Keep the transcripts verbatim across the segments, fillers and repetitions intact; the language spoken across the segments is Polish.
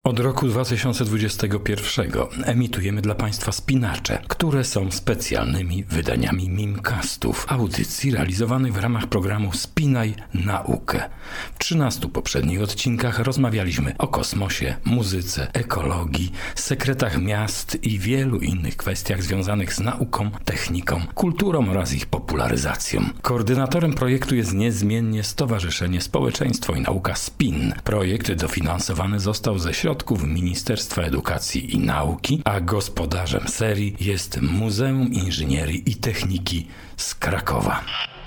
Od roku dwa tysiące dwudziestego pierwszego emitujemy dla Państwa spinacze, które są specjalnymi wydaniami Mimcastów, audycji realizowanych w ramach programu Spinaj Naukę. W trzynastu poprzednich odcinkach rozmawialiśmy o kosmosie, muzyce, ekologii, sekretach miast i wielu innych kwestiach związanych z nauką, techniką, kulturą oraz ich popularyzacją. Koordynatorem projektu jest niezmiennie Stowarzyszenie Społeczeństwo i Nauka SPIN. Projekt dofinansowany został ze środków Ministerstwa Edukacji i Nauki, a gospodarzem serii jest Muzeum Inżynierii i Techniki z Krakowa.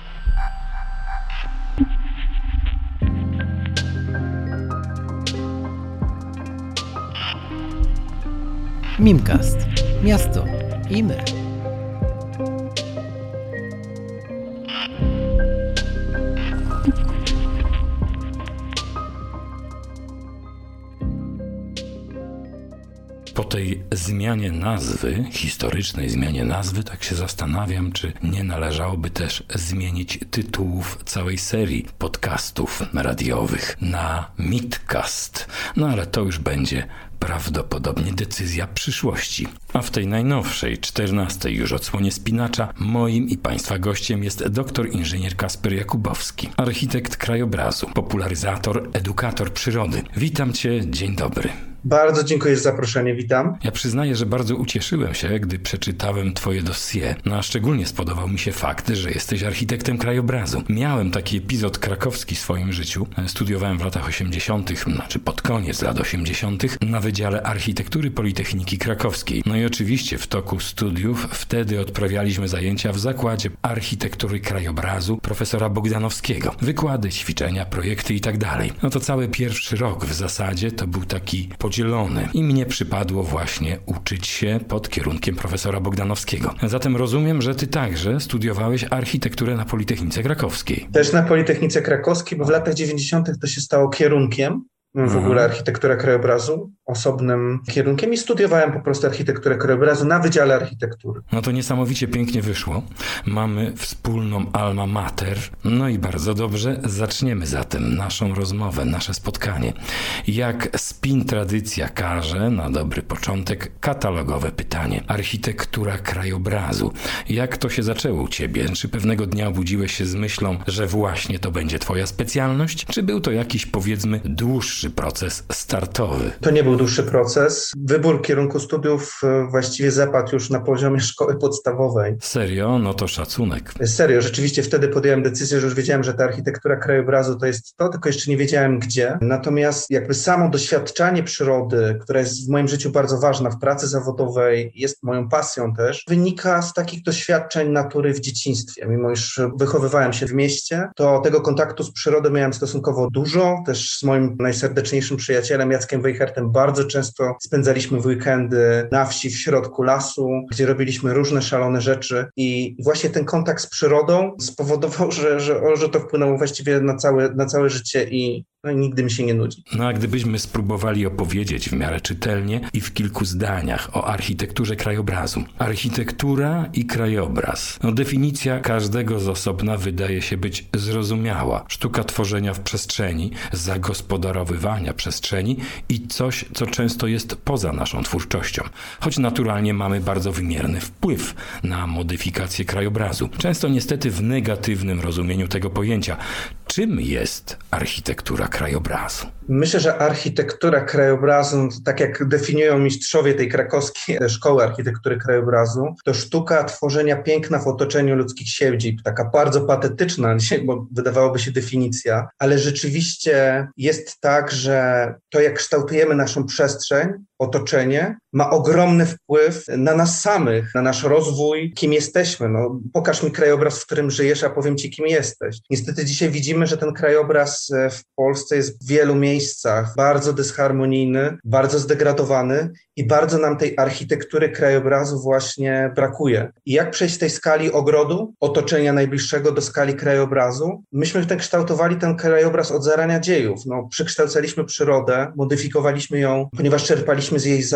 Mimcast. Miasto i my. Po tej zmianie nazwy, historycznej zmianie nazwy, tak się zastanawiam, czy nie należałoby też zmienić tytułów całej serii podcastów radiowych na Midcast. No ale to już będzie prawdopodobnie decyzja przyszłości. A w tej najnowszej, czternastej już odsłonie spinacza, moim i Państwa gościem jest doktor inżynier Kasper Jakubowski, architekt krajobrazu, popularyzator, edukator przyrody. Witam Cię, dzień dobry. Bardzo dziękuję za zaproszenie, witam. Ja przyznaję, że bardzo ucieszyłem się, gdy przeczytałem Twoje dossier, no a szczególnie spodobał mi się fakt, że jesteś architektem krajobrazu. Miałem taki epizod krakowski w swoim życiu. Studiowałem w latach osiemdziesiątych, znaczy pod koniec lat osiemdziesiątych, na Wydziale Architektury Politechniki Krakowskiej. No i oczywiście w toku studiów wtedy odprawialiśmy zajęcia w Zakładzie Architektury Krajobrazu profesora Bogdanowskiego. Wykłady, ćwiczenia, projekty i tak dalej. No to cały pierwszy rok w zasadzie to był taki podzielony i mnie przypadło właśnie uczyć się pod kierunkiem profesora Bogdanowskiego. Zatem rozumiem, że ty także studiowałeś architekturę na Politechnice Krakowskiej. Też na Politechnice Krakowskiej, bo w latach dziewięćdziesiątych to się stało kierunkiem. W ogóle architektura krajobrazu, osobnym kierunkiem i studiowałem po prostu architekturę krajobrazu na Wydziale Architektury. No to niesamowicie pięknie wyszło. Mamy wspólną alma mater. No i bardzo dobrze. Zaczniemy zatem naszą rozmowę, nasze spotkanie. Jak spin tradycja każe, na dobry początek, katalogowe pytanie. Architektura krajobrazu. Jak to się zaczęło u Ciebie? Czy pewnego dnia obudziłeś się z myślą, że właśnie to będzie Twoja specjalność? Czy był to jakiś, powiedzmy, dłuższy proces startowy? To nie był dłuższy proces. Wybór kierunku studiów właściwie zapadł już na poziomie szkoły podstawowej. Serio? No to szacunek. Serio, rzeczywiście wtedy podjąłem decyzję, że już wiedziałem, że ta architektura krajobrazu to jest to, tylko jeszcze nie wiedziałem gdzie. Natomiast jakby samo doświadczanie przyrody, która jest w moim życiu bardzo ważna, w pracy zawodowej, jest moją pasją też, wynika z takich doświadczeń natury w dzieciństwie. Mimo iż wychowywałem się w mieście, to tego kontaktu z przyrodą miałem stosunkowo dużo, też z moim najserdeczniejszym przyjacielem Jackiem Weichertem bardzo często spędzaliśmy weekendy na wsi w środku lasu, gdzie robiliśmy różne szalone rzeczy i właśnie ten kontakt z przyrodą spowodował, że, że, że to wpłynęło właściwie na całe, na całe życie i no i nigdy mi się nie nudzi. No a gdybyśmy spróbowali opowiedzieć w miarę czytelnie i w kilku zdaniach o architekturze krajobrazu. Architektura i krajobraz. No definicja każdego z osobna wydaje się być zrozumiała. Sztuka tworzenia w przestrzeni, zagospodarowywania przestrzeni i coś, co często jest poza naszą twórczością. Choć naturalnie mamy bardzo wymierny wpływ na modyfikację krajobrazu. Często niestety w negatywnym rozumieniu tego pojęcia. Czym jest architektura krajobrazu? Myślę, że architektura krajobrazu, tak jak definiują mistrzowie tej krakowskiej szkoły architektury krajobrazu, to sztuka tworzenia piękna w otoczeniu ludzkich siedzib. Taka bardzo patetyczna dzisiaj, bo wydawałoby się definicja, ale rzeczywiście jest tak, że to jak kształtujemy naszą przestrzeń, otoczenie, ma ogromny wpływ na nas samych, na nasz rozwój, kim jesteśmy. No, pokaż mi krajobraz, w którym żyjesz, a powiem ci, kim jesteś. Niestety dzisiaj widzimy, że ten krajobraz w Polsce jest w wielu miejscach bardzo dysharmonijny, bardzo zdegradowany i bardzo nam tej architektury krajobrazu właśnie brakuje. I jak przejść z tej skali ogrodu, otoczenia najbliższego do skali krajobrazu? Myśmy ten kształtowali ten krajobraz od zarania dziejów. No, przekształcaliśmy przyrodę, modyfikowaliśmy ją, ponieważ czerpaliśmy z jej zasobów,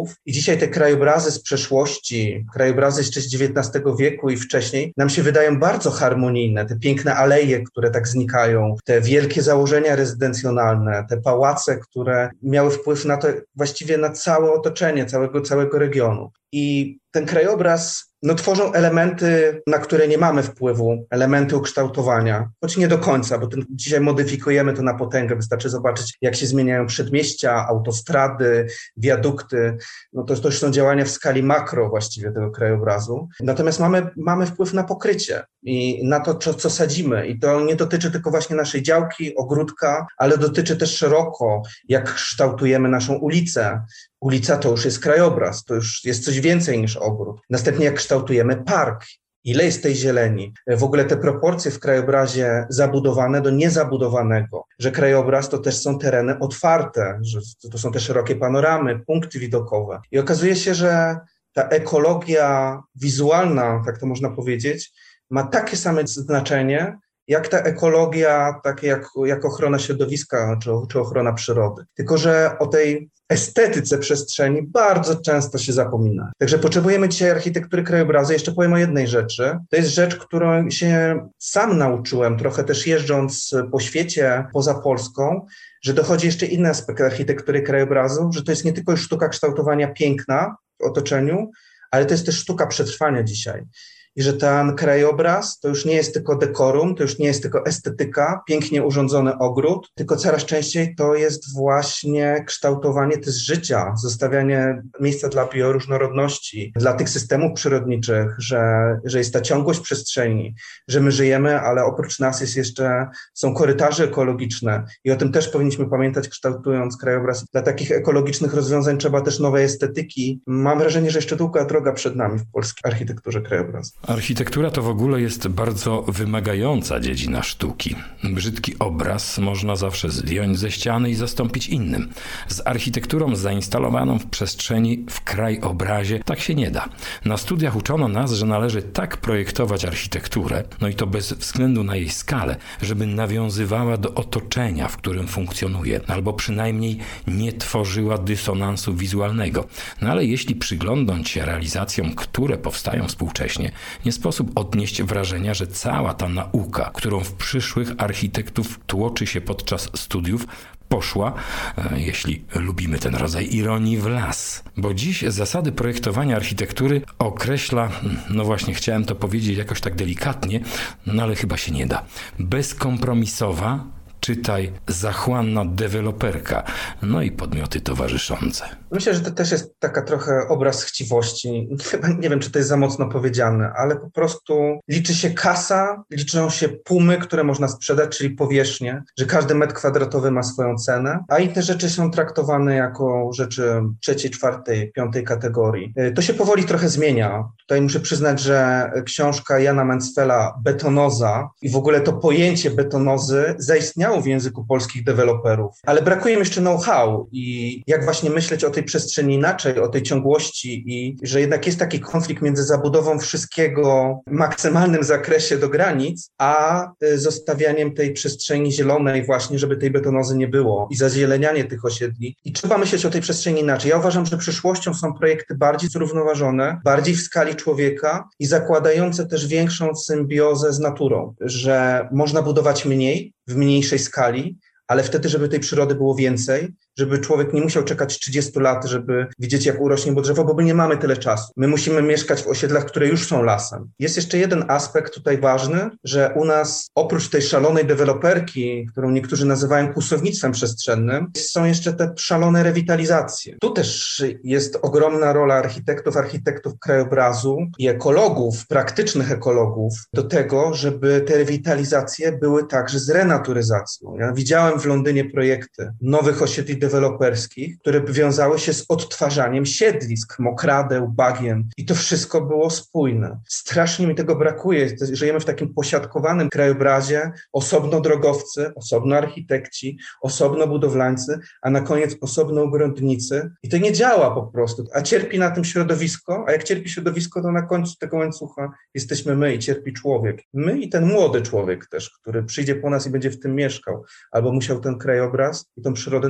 architektów i dzisiaj te krajobrazy z przeszłości, krajobrazy jeszcze z dziewiętnastego wieku i wcześniej nam się wydają bardzo harmonijne. Te piękne aleje, które tak znikają, te wielkie założenia rezydencjonalne, te pałace, które miały wpływ na to właściwie na całe otoczenie, całego, całego regionu. I ten krajobraz no, tworzą elementy, na które nie mamy wpływu, elementy ukształtowania, choć nie do końca, bo ten, dzisiaj modyfikujemy to na potęgę. Wystarczy zobaczyć, jak się zmieniają przedmieścia, autostrady, wiadukty. No to, to już są działania w skali makro właściwie tego krajobrazu. Natomiast mamy, mamy wpływ na pokrycie i na to, co, co sadzimy. I to nie dotyczy tylko właśnie naszej działki, ogródka, ale dotyczy też szeroko, jak kształtujemy naszą ulicę. Ulica to już jest krajobraz, to już jest coś więcej niż ogród. Następnie jak kształtujemy park, ile jest tej zieleni, w ogóle te proporcje w krajobrazie zabudowane do niezabudowanego, że krajobraz to też są tereny otwarte, że to są te szerokie panoramy, punkty widokowe. I okazuje się, że ta ekologia wizualna, tak to można powiedzieć, ma takie same znaczenie, jak ta ekologia, takie jak, jak ochrona środowiska czy, czy ochrona przyrody. Tylko że o tej estetyce przestrzeni bardzo często się zapomina. Także potrzebujemy dzisiaj architektury krajobrazu. Jeszcze powiem o jednej rzeczy. To jest rzecz, którą się sam nauczyłem, trochę też jeżdżąc po świecie, poza Polską, że dochodzi jeszcze inny aspekt architektury krajobrazu, że to jest nie tylko już sztuka kształtowania piękna w otoczeniu, ale to jest też sztuka przetrwania dzisiaj. I że ten krajobraz to już nie jest tylko dekorum, to już nie jest tylko estetyka, pięknie urządzony ogród, tylko coraz częściej to jest właśnie kształtowanie też życia, zostawianie miejsca dla bioróżnorodności, dla tych systemów przyrodniczych, że, że jest ta ciągłość przestrzeni, że my żyjemy, ale oprócz nas jest jeszcze, są korytarze ekologiczne i o tym też powinniśmy pamiętać, kształtując krajobraz. Dla takich ekologicznych rozwiązań trzeba też nowej estetyki. Mam wrażenie, że jeszcze długa droga przed nami w polskiej architekturze krajobrazu. Architektura to w ogóle jest bardzo wymagająca dziedzina sztuki. Brzydki obraz można zawsze zdjąć ze ściany i zastąpić innym. Z architekturą zainstalowaną w przestrzeni, w krajobrazie tak się nie da. Na studiach uczono nas, że należy tak projektować architekturę, no i to bez względu na jej skalę, żeby nawiązywała do otoczenia, w którym funkcjonuje, albo przynajmniej nie tworzyła dysonansu wizualnego. No ale jeśli przyglądnąć się realizacjom, które powstają współcześnie, nie sposób odnieść wrażenia, że cała ta nauka, którą w przyszłych architektów tłoczy się podczas studiów, poszła, jeśli lubimy ten rodzaj ironii, w las. Bo dziś zasady projektowania architektury określa, no właśnie chciałem to powiedzieć jakoś tak delikatnie, no ale chyba się nie da. Bezkompromisowa, czytaj zachłanna deweloperka, no i podmioty towarzyszące. Myślę, że to też jest taka trochę obraz chciwości. Chyba nie wiem, czy to jest za mocno powiedziane, ale po prostu liczy się kasa, liczą się pumy, które można sprzedać, czyli powierzchnie, że każdy metr kwadratowy ma swoją cenę, a i te rzeczy są traktowane jako rzeczy trzeciej, czwartej, piątej kategorii. To się powoli trochę zmienia. Tutaj muszę przyznać, że książka Jana Mencfela Betonoza i w ogóle to pojęcie betonozy zaistniało w języku polskich deweloperów, ale brakuje mi jeszcze know-how i jak właśnie myśleć o tej przestrzeni inaczej, o tej ciągłości i że jednak jest taki konflikt między zabudową wszystkiego w maksymalnym zakresie do granic, a zostawianiem tej przestrzeni zielonej właśnie, żeby tej betonozy nie było i zazielenianie tych osiedli. I trzeba myśleć o tej przestrzeni inaczej. Ja uważam, że przyszłością są projekty bardziej zrównoważone, bardziej w skali człowieka i zakładające też większą symbiozę z naturą, że można budować mniej, w mniejszej skali, ale wtedy, żeby tej przyrody było więcej, żeby człowiek nie musiał czekać trzydzieści lat, żeby widzieć, jak urośnie bo drzewo, bo my nie mamy tyle czasu. My musimy mieszkać w osiedlach, które już są lasem. Jest jeszcze jeden aspekt tutaj ważny, że u nas oprócz tej szalonej deweloperki, którą niektórzy nazywają kłusownictwem przestrzennym, są jeszcze te szalone rewitalizacje. Tu też jest ogromna rola architektów, architektów krajobrazu i ekologów, praktycznych ekologów do tego, żeby te rewitalizacje były także z renaturyzacją. Ja widziałem w Londynie projekty nowych osiedli deweloperskich, które wiązały się z odtwarzaniem siedlisk, mokradeł, bagien i to wszystko było spójne. Strasznie mi tego brakuje. Żyjemy w takim posiadkowanym krajobrazie, osobno drogowcy, osobno architekci, osobno budowlańcy, a na koniec osobno ogrodnicy i to nie działa po prostu, a cierpi na tym środowisko, a jak cierpi środowisko, to na końcu tego łańcucha jesteśmy my i cierpi człowiek. My i ten młody człowiek też, który przyjdzie po nas i będzie w tym mieszkał, albo musiał ten krajobraz i tą przyrodę naprawiać.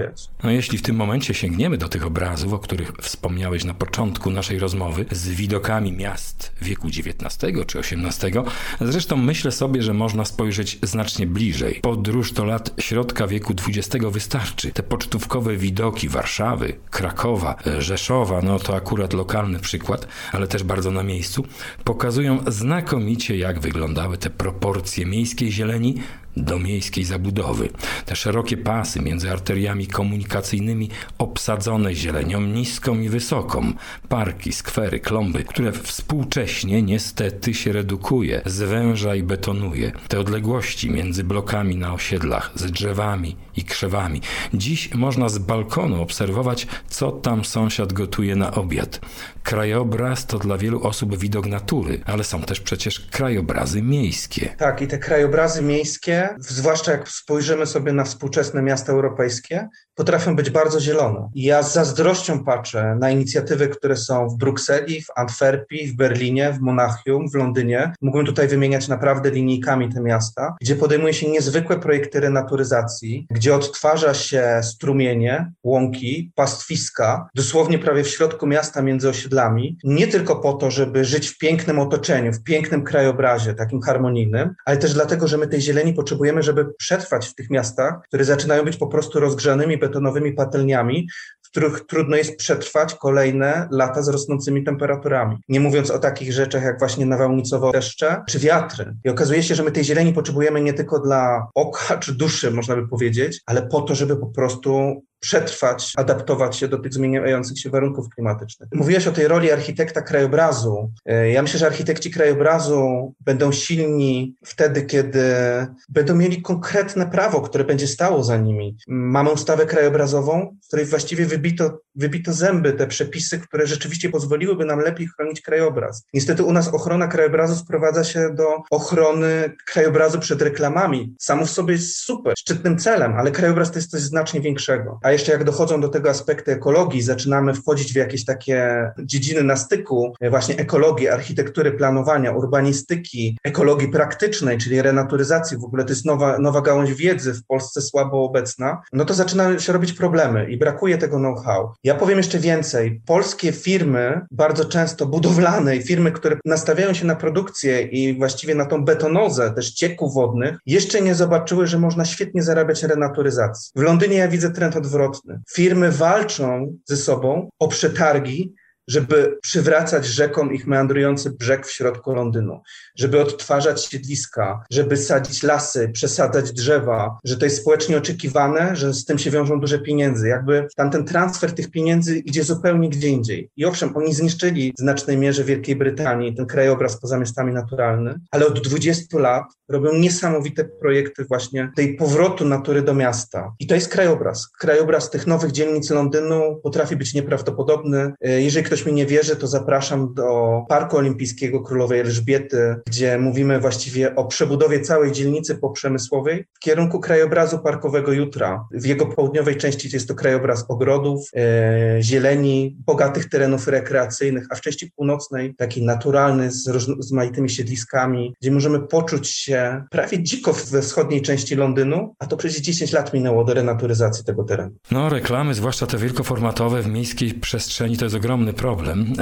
rozwijać. No jeśli w tym momencie sięgniemy do tych obrazów, o których wspomniałeś na początku naszej rozmowy, z widokami miast wieku dziewiętnastego czy osiemnastego, zresztą myślę sobie, że można spojrzeć znacznie bliżej. Podróż do lat środka wieku dwudziestego wystarczy. Te pocztówkowe widoki Warszawy, Krakowa, Rzeszowa, no to akurat lokalny przykład, ale też bardzo na miejscu, pokazują znakomicie, jak wyglądały te proporcje miejskiej zieleni do miejskiej zabudowy. Te szerokie pasy między arteriami komunikacyjnymi obsadzone zielenią niską i wysoką. Parki, skwery, klomby, które współcześnie niestety się redukuje, zwęża i betonuje. Te odległości między blokami na osiedlach, z drzewami i krzewami. Dziś można z balkonu obserwować, co tam sąsiad gotuje na obiad. Krajobraz to dla wielu osób widok natury, ale są też przecież krajobrazy miejskie. Tak, i te krajobrazy miejskie, zwłaszcza jak spojrzymy sobie na współczesne miasta europejskie, potrafią być bardzo zielone. I ja z zazdrością patrzę na inicjatywy, które są w Brukseli, w Antwerpii, w Berlinie, w Monachium, w Londynie. Mógłbym tutaj wymieniać naprawdę linijkami te miasta, gdzie podejmuje się niezwykłe projekty renaturyzacji, gdzie odtwarza się strumienie, łąki, pastwiska, dosłownie prawie w środku miasta między osiedlami, nie tylko po to, żeby żyć w pięknym otoczeniu, w pięknym krajobrazie, takim harmonijnym, ale też dlatego, że my tej zieleni potrzebujemy, żeby przetrwać w tych miastach, które zaczynają być po prostu rozgrzanymi betonowymi patelniami, w których trudno jest przetrwać kolejne lata z rosnącymi temperaturami. Nie mówiąc o takich rzeczach jak właśnie nawałnicowe deszcze czy wiatry. I okazuje się, że my tej zieleni potrzebujemy nie tylko dla oka czy duszy, można by powiedzieć, ale po to, żeby po prostu przetrwać, adaptować się do tych zmieniających się warunków klimatycznych. Mówiłeś o tej roli architekta krajobrazu. Ja myślę, że architekci krajobrazu będą silni wtedy, kiedy będą mieli konkretne prawo, które będzie stało za nimi. Mamy ustawę krajobrazową, w której właściwie wybito, wybito zęby, te przepisy, które rzeczywiście pozwoliłyby nam lepiej chronić krajobraz. Niestety u nas ochrona krajobrazu sprowadza się do ochrony krajobrazu przed reklamami. Samo w sobie jest super, szczytnym celem, ale krajobraz to jest coś znacznie większego. A jeszcze jak dochodzą do tego aspekty ekologii, zaczynamy wchodzić w jakieś takie dziedziny na styku właśnie ekologii, architektury, planowania, urbanistyki, ekologii praktycznej, czyli renaturyzacji, w ogóle to jest nowa, nowa gałąź wiedzy w Polsce słabo obecna, no to zaczynają się robić problemy i brakuje tego know-how. Ja powiem jeszcze więcej. Polskie firmy, bardzo często budowlane i firmy, które nastawiają się na produkcję i właściwie na tą betonozę też ścieków wodnych, jeszcze nie zobaczyły, że można świetnie zarabiać renaturyzacji. W Londynie ja widzę trend odwrotny. Firmy walczą ze sobą o przetargi, żeby przywracać rzekom ich meandrujący brzeg w środku Londynu, żeby odtwarzać siedliska, żeby sadzić lasy, przesadzać drzewa, że to jest społecznie oczekiwane, że z tym się wiążą duże pieniądze. Jakby tamten transfer tych pieniędzy idzie zupełnie gdzie indziej. I owszem, oni zniszczyli w znacznej mierze w Wielkiej Brytanii ten krajobraz poza miastami naturalny, ale od dwudziestu lat robią niesamowite projekty właśnie tej powrotu natury do miasta. I to jest krajobraz. Krajobraz tych nowych dzielnic Londynu potrafi być nieprawdopodobny. Jeżeli ktoś mi nie wierzy, to zapraszam do Parku Olimpijskiego Królowej Elżbiety, gdzie mówimy właściwie o przebudowie całej dzielnicy poprzemysłowej w kierunku krajobrazu parkowego jutra. W jego południowej części jest to krajobraz ogrodów, e, zieleni, bogatych terenów rekreacyjnych, a w części północnej taki naturalny z rozmaitymi siedliskami, gdzie możemy poczuć się prawie dziko we wschodniej części Londynu, a to przecież dziesięć lat minęło do renaturyzacji tego terenu. No reklamy, zwłaszcza te wielkoformatowe w miejskiej przestrzeni, to jest ogromny problem.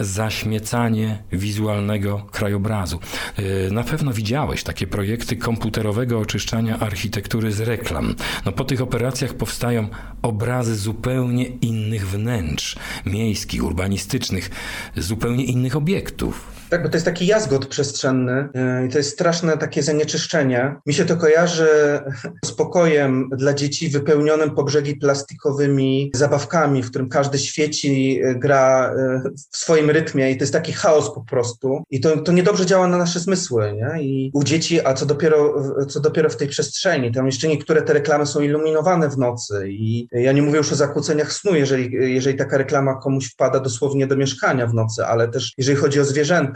Zaśmiecanie wizualnego krajobrazu. Na pewno widziałeś takie projekty komputerowego oczyszczania architektury z reklam. No po tych operacjach powstają obrazy zupełnie innych wnętrz, miejskich, urbanistycznych, zupełnie innych obiektów. Tak, bo to jest taki jazgot przestrzenny i to jest straszne takie zanieczyszczenie. Mi się to kojarzy z pokojem dla dzieci wypełnionym po brzegi plastikowymi zabawkami, w którym każdy świeci, gra w swoim rytmie i to jest taki chaos po prostu. I to, to niedobrze działa na nasze zmysły, nie? I u dzieci, a co dopiero, co dopiero w tej przestrzeni. Tam jeszcze niektóre te reklamy są iluminowane w nocy i ja nie mówię już o zakłóceniach snu, jeżeli, jeżeli taka reklama komuś wpada dosłownie do mieszkania w nocy, ale też jeżeli chodzi o zwierzęta,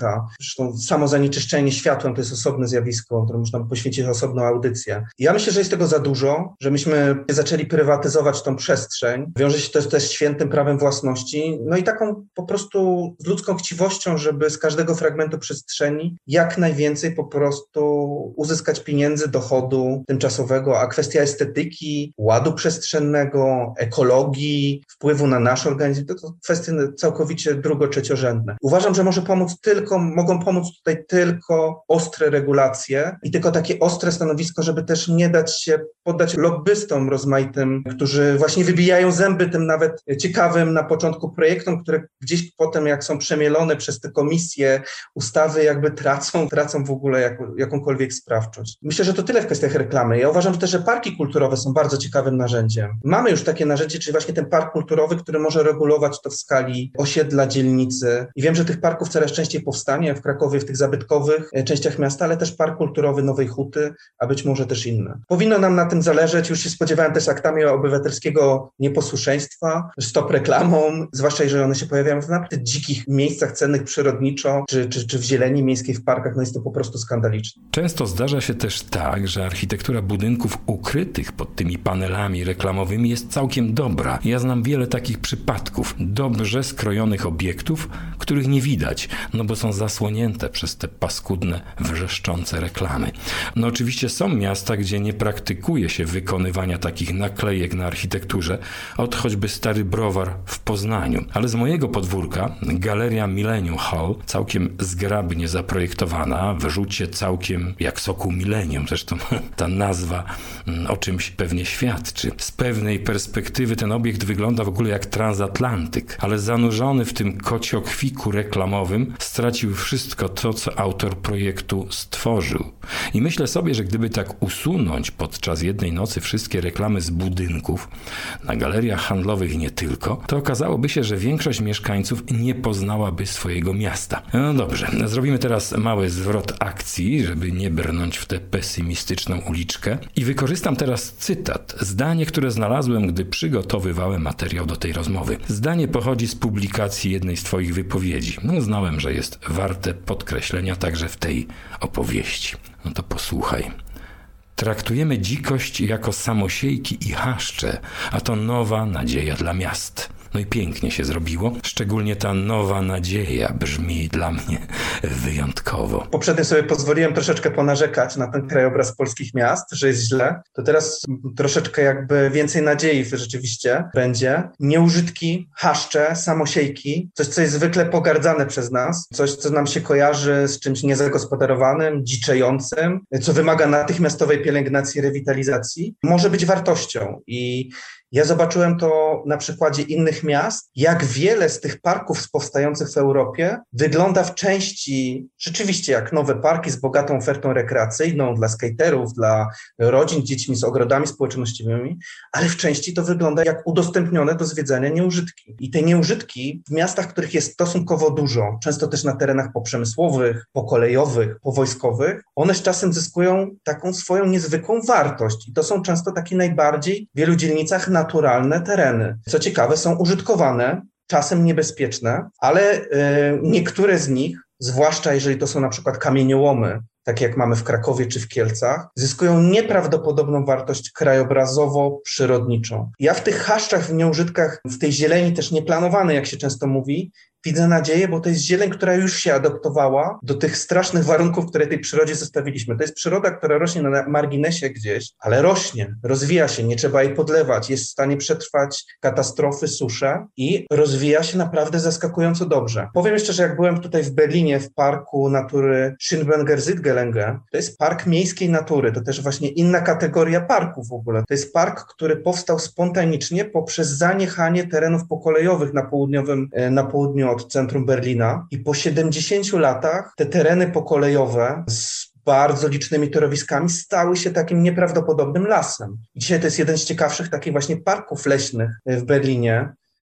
zwierzęta. Zresztą samo zanieczyszczenie światłem to jest osobne zjawisko, które można poświęcić osobną audycję. Ja myślę, że jest tego za dużo, że myśmy zaczęli prywatyzować tą przestrzeń. Wiąże się to też z świętym prawem własności, no i taką po prostu z ludzką chciwością, żeby z każdego fragmentu przestrzeni jak najwięcej po prostu uzyskać pieniędzy, dochodu tymczasowego, a kwestia estetyki, ładu przestrzennego, ekologii, wpływu na nasz organizm, to, to kwestie całkowicie drugo-trzeciorzędne. Uważam, że może pomóc tylko, mogą pomóc tutaj tylko ostre regulacje i tylko takie ostre stanowisko, żeby też nie dać się poddać lobbystom rozmaitym, którzy właśnie wybijają zęby tym nawet ciekawym na początku projektom, które gdzieś potem, jak są przemielone przez te komisje, ustawy jakby tracą, tracą w ogóle jak, jakąkolwiek sprawczość. Myślę, że to tyle w kwestiach reklamy. Ja uważam też, że parki kulturowe są bardzo ciekawym narzędziem. Mamy już takie narzędzie, czyli właśnie ten park kulturowy, który może regulować to w skali osiedla, dzielnicy. I wiem, że tych parków coraz częściej powstanie w Krakowie, w tych zabytkowych częściach miasta, ale też park kulturowy Nowej Huty, a być może też inne. Powinno nam na tym zależeć. Już się spodziewałem też aktami obywatelskiego nieposłuszeństwa, stop reklamom, zwłaszcza jeżeli one się pojawiają w naprawdę dzikich miejscach cennych przyrodniczo, czy, czy, czy w zieleni miejskiej, w parkach, no jest to po prostu skandaliczne. Często zdarza się też tak, że architektura budynków ukrytych pod tymi panelami reklamowymi jest całkiem dobra. Ja znam wiele takich przypadków dobrze skrojonych obiektów, których nie widać, no bo są zasłonięte przez te paskudne, wrzeszczące reklamy. No oczywiście są miasta, gdzie nie praktykuje się wykonywania takich naklejek na architekturze, od choćby Stary Browar w Poznaniu. Ale z mojego podwórka Galeria Millennium Hall, całkiem zgrabnie zaprojektowana, w rzucie całkiem jak Sokół Millennium, zresztą ta nazwa o czymś pewnie świadczy. Z pewnej perspektywy ten obiekt wygląda w ogóle jak transatlantyk, ale zanurzony w tym kociokwiku reklamowym stracił wszystko to, co autor projektu stworzył. I myślę sobie, że gdyby tak usunąć podczas jednej nocy wszystkie reklamy z budynków, na galeriach handlowych i nie tylko, to okazałoby się, że większość mieszkańców nie poznałaby swojego miasta. No dobrze, zrobimy teraz mały zwrot akcji, żeby nie brnąć w tę pesymistyczną uliczkę i wykorzystam teraz cytat, zdanie, które znalazłem, gdy przygotowywałem materiał do tej rozmowy. Zdanie pochodzi z publikacji jednej z twoich wypowiedzi. No, znałem, że jest warte podkreślenia także w tej opowieści. No to posłuchaj. Traktujemy dzikość jako samosiejki i chaszcze, a to nowa nadzieja dla miast. No i pięknie się zrobiło. Szczególnie ta nowa nadzieja brzmi dla mnie wyjątkowo. Poprzednio sobie pozwoliłem troszeczkę ponarzekać na ten krajobraz polskich miast, że jest źle. To teraz troszeczkę jakby więcej nadziei rzeczywiście będzie. Nieużytki, chaszcze, samosiejki, coś, co jest zwykle pogardzane przez nas, coś, co nam się kojarzy z czymś niezagospodarowanym, dziczejącym, co wymaga natychmiastowej pielęgnacji, rewitalizacji, może być wartością. I ja zobaczyłem to na przykładzie innych miast, jak wiele z tych parków powstających w Europie wygląda w części rzeczywiście jak nowe parki z bogatą ofertą rekreacyjną dla skaterów, dla rodzin z dziećmi, z ogrodami społecznościowymi, ale w części to wygląda jak udostępnione do zwiedzania nieużytki. I te nieużytki w miastach, których jest stosunkowo dużo, często też na terenach poprzemysłowych, pokolejowych, powojskowych, one z czasem zyskują taką swoją niezwykłą wartość. I to są często takie najbardziej w wielu dzielnicach naturalne tereny. Co ciekawe, są użytkowane, czasem niebezpieczne, ale y, niektóre z nich, zwłaszcza jeżeli to są na przykład kamieniołomy, takie jak mamy w Krakowie czy w Kielcach, zyskują nieprawdopodobną wartość krajobrazowo-przyrodniczą. Ja w tych chaszczach, w nieużytkach, w tej zieleni też nieplanowanej, jak się często mówi, widzę nadzieję, bo to jest zieleń, która już się adaptowała do tych strasznych warunków, które tej przyrodzie zostawiliśmy. To jest przyroda, która rośnie na marginesie gdzieś, ale rośnie, rozwija się, nie trzeba jej podlewać, jest w stanie przetrwać katastrofy, susze i rozwija się naprawdę zaskakująco dobrze. Powiem jeszcze, że jak byłem tutaj w Berlinie w parku natury Schönberger Südgelänge, to jest park miejskiej natury, to też właśnie inna kategoria parku w ogóle. To jest park, który powstał spontanicznie poprzez zaniechanie terenów pokolejowych na południowym, na południu od centrum Berlina i po siedemdziesięciu latach te tereny pokolejowe z bardzo licznymi torowiskami stały się takim nieprawdopodobnym lasem. I dzisiaj to jest jeden z ciekawszych takich właśnie parków leśnych w Berlinie.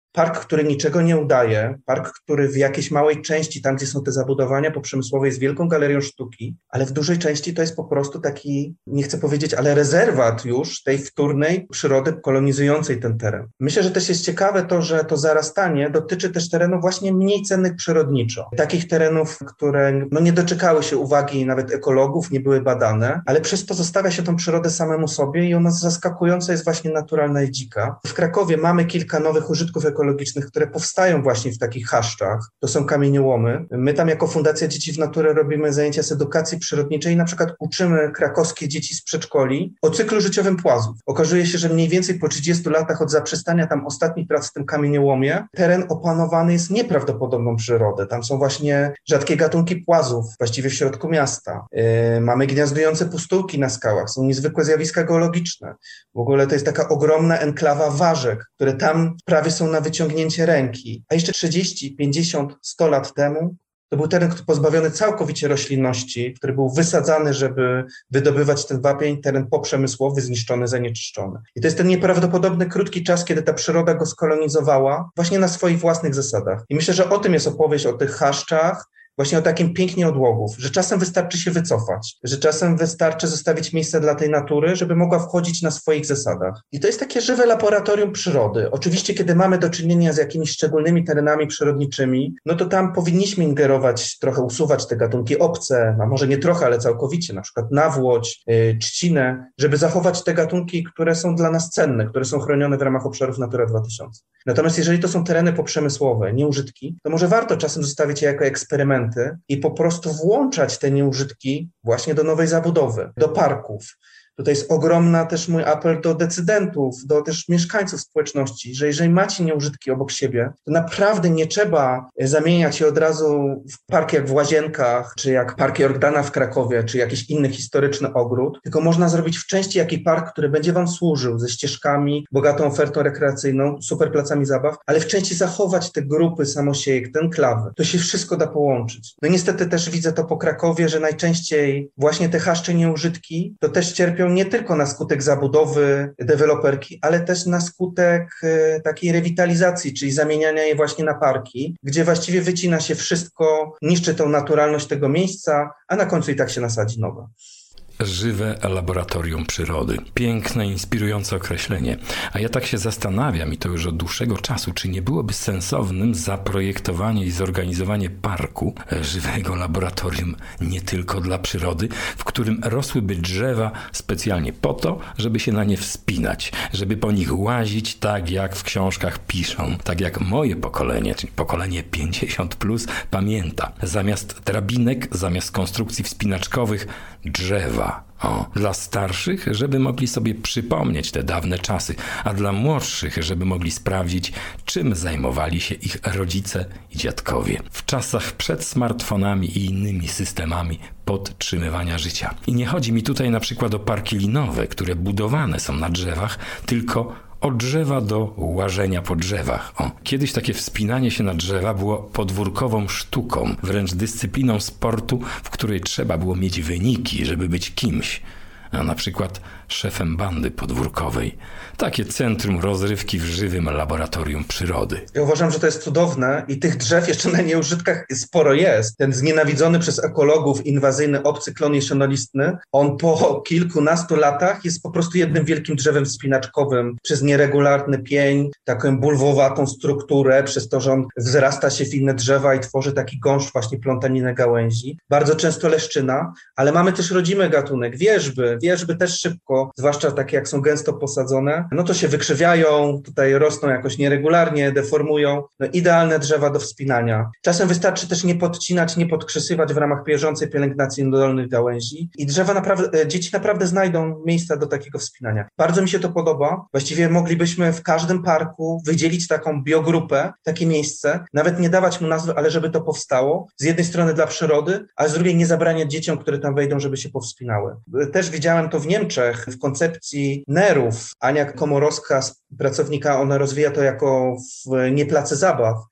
Park, który niczego nie udaje, park, który w jakiejś małej części, tam gdzie są te zabudowania poprzemysłowe, jest wielką galerią sztuki, ale w dużej części to jest po prostu taki, nie chcę powiedzieć, ale rezerwat już tej wtórnej przyrody kolonizującej ten teren. Myślę, że też jest ciekawe to, że to zarastanie dotyczy też terenów właśnie mniej cennych przyrodniczo. Takich terenów, które no, nie doczekały się uwagi nawet ekologów, nie były badane, ale przez to zostawia się tą przyrodę samemu sobie i ona zaskakująca jest właśnie naturalna i dzika. W Krakowie mamy kilka nowych użytków ekologicznych, które powstają właśnie w takich chaszczach. To są kamieniołomy. My tam jako Fundacja Dzieci w Naturze robimy zajęcia z edukacji przyrodniczej i na przykład uczymy krakowskie dzieci z przedszkoli o cyklu życiowym płazów. Okazuje się, że mniej więcej po trzydziestu latach od zaprzestania tam ostatnich prac w tym kamieniołomie, teren opanowany jest nieprawdopodobną przyrodę. Tam są właśnie rzadkie gatunki płazów, właściwie w środku miasta. Yy, mamy gniazdujące pustułki na skałach, są niezwykłe zjawiska geologiczne. W ogóle to jest taka ogromna enklawa ważek, które tam prawie są na wyciągnięcie ręki. A jeszcze trzydzieści, pięćdziesiąt, sto lat temu to był teren pozbawiony całkowicie roślinności, który był wysadzany, żeby wydobywać ten wapień, teren poprzemysłowy, zniszczony, zanieczyszczony. I to jest ten nieprawdopodobny, krótki czas, kiedy ta przyroda go skolonizowała właśnie na swoich własnych zasadach. I myślę, że o tym jest opowieść, o tych chaszczach, właśnie o takim pięknie odłogów, że czasem wystarczy się wycofać, że czasem wystarczy zostawić miejsce dla tej natury, żeby mogła wchodzić na swoich zasadach. I to jest takie żywe laboratorium przyrody. Oczywiście, kiedy mamy do czynienia z jakimiś szczególnymi terenami przyrodniczymi, no to tam powinniśmy ingerować, trochę usuwać te gatunki obce, a może nie trochę, ale całkowicie, na przykład nawłoć, yy, trzcinę, żeby zachować te gatunki, które są dla nas cenne, które są chronione w ramach obszarów Natura dwa tysiące. Natomiast jeżeli to są tereny poprzemysłowe, nieużytki, to może warto czasem zostawić je jako eksperymenty i po prostu włączać te nieużytki właśnie do nowej zabudowy, do parków. Tutaj jest ogromna też mój apel do decydentów, do też mieszkańców społeczności, że jeżeli macie nieużytki obok siebie, to naprawdę nie trzeba zamieniać je od razu w park jak w Łazienkach, czy jak Park Jordana w Krakowie, czy jakiś inny historyczny ogród, tylko można zrobić w części jaki park, który będzie wam służył ze ścieżkami, bogatą ofertą rekreacyjną, super placami zabaw, ale w części zachować te grupy samosiejek, te enklawy. To się wszystko da połączyć. No niestety też widzę to po Krakowie, że najczęściej właśnie te chaszcze nieużytki to też cierpią nie tylko na skutek zabudowy deweloperki, ale też na skutek e, takiej rewitalizacji, czyli zamieniania je właśnie na parki, gdzie właściwie wycina się wszystko, niszczy tą naturalność tego miejsca, a na końcu i tak się nasadzi nowe. Żywe laboratorium przyrody. Piękne, inspirujące określenie. A ja tak się zastanawiam, i to już od dłuższego czasu, czy nie byłoby sensownym zaprojektowanie i zorganizowanie parku, żywego laboratorium nie tylko dla przyrody, w którym rosłyby drzewa specjalnie po to, żeby się na nie wspinać, żeby po nich łazić tak, jak w książkach piszą, tak jak moje pokolenie, czyli pokolenie pięćdziesiąt plus, pamięta. Zamiast drabinek, zamiast konstrukcji wspinaczkowych, drzewa. O, dla starszych, żeby mogli sobie przypomnieć te dawne czasy, a dla młodszych, żeby mogli sprawdzić, czym zajmowali się ich rodzice i dziadkowie w czasach przed smartfonami i innymi systemami podtrzymywania życia. I nie chodzi mi tutaj na przykład o parki linowe, które budowane są na drzewach, tylko od drzewa do łażenia po drzewach. O, kiedyś takie wspinanie się na drzewa było podwórkową sztuką, wręcz dyscypliną sportu, w której trzeba było mieć wyniki, żeby być kimś. A na przykład szefem bandy podwórkowej. Takie centrum rozrywki w żywym laboratorium przyrody. Ja uważam, że to jest cudowne i tych drzew jeszcze na nieużytkach sporo jest. Ten znienawidzony przez ekologów inwazyjny obcy klon jesionolistny, on po kilkunastu latach jest po prostu jednym wielkim drzewem wspinaczkowym przez nieregularny pień, taką bulwowatą strukturę, przez to, że on wzrasta się w inne drzewa i tworzy taki gąszcz właśnie plątaninę gałęzi. Bardzo często leszczyna, ale mamy też rodzimy gatunek, wierzby. Wierzby też szybko, zwłaszcza takie jak są gęsto posadzone, no to się wykrzywiają, tutaj rosną jakoś nieregularnie, deformują. No idealne drzewa do wspinania. Czasem wystarczy też nie podcinać, nie podkrzysywać w ramach bieżącej pielęgnacji dolnych gałęzi i drzewa naprawdę, dzieci naprawdę znajdą miejsca do takiego wspinania. Bardzo mi się to podoba. Właściwie moglibyśmy w każdym parku wydzielić taką biogrupę, takie miejsce, nawet nie dawać mu nazwy, ale żeby to powstało. Z jednej strony dla przyrody, a z drugiej nie zabraniać dzieciom, które tam wejdą, żeby się powspinały. Też widziałem to w Niemczech, w koncepcji nerów. Ania Komorowska, pracownika, ona rozwija to jako w nie place zabaw,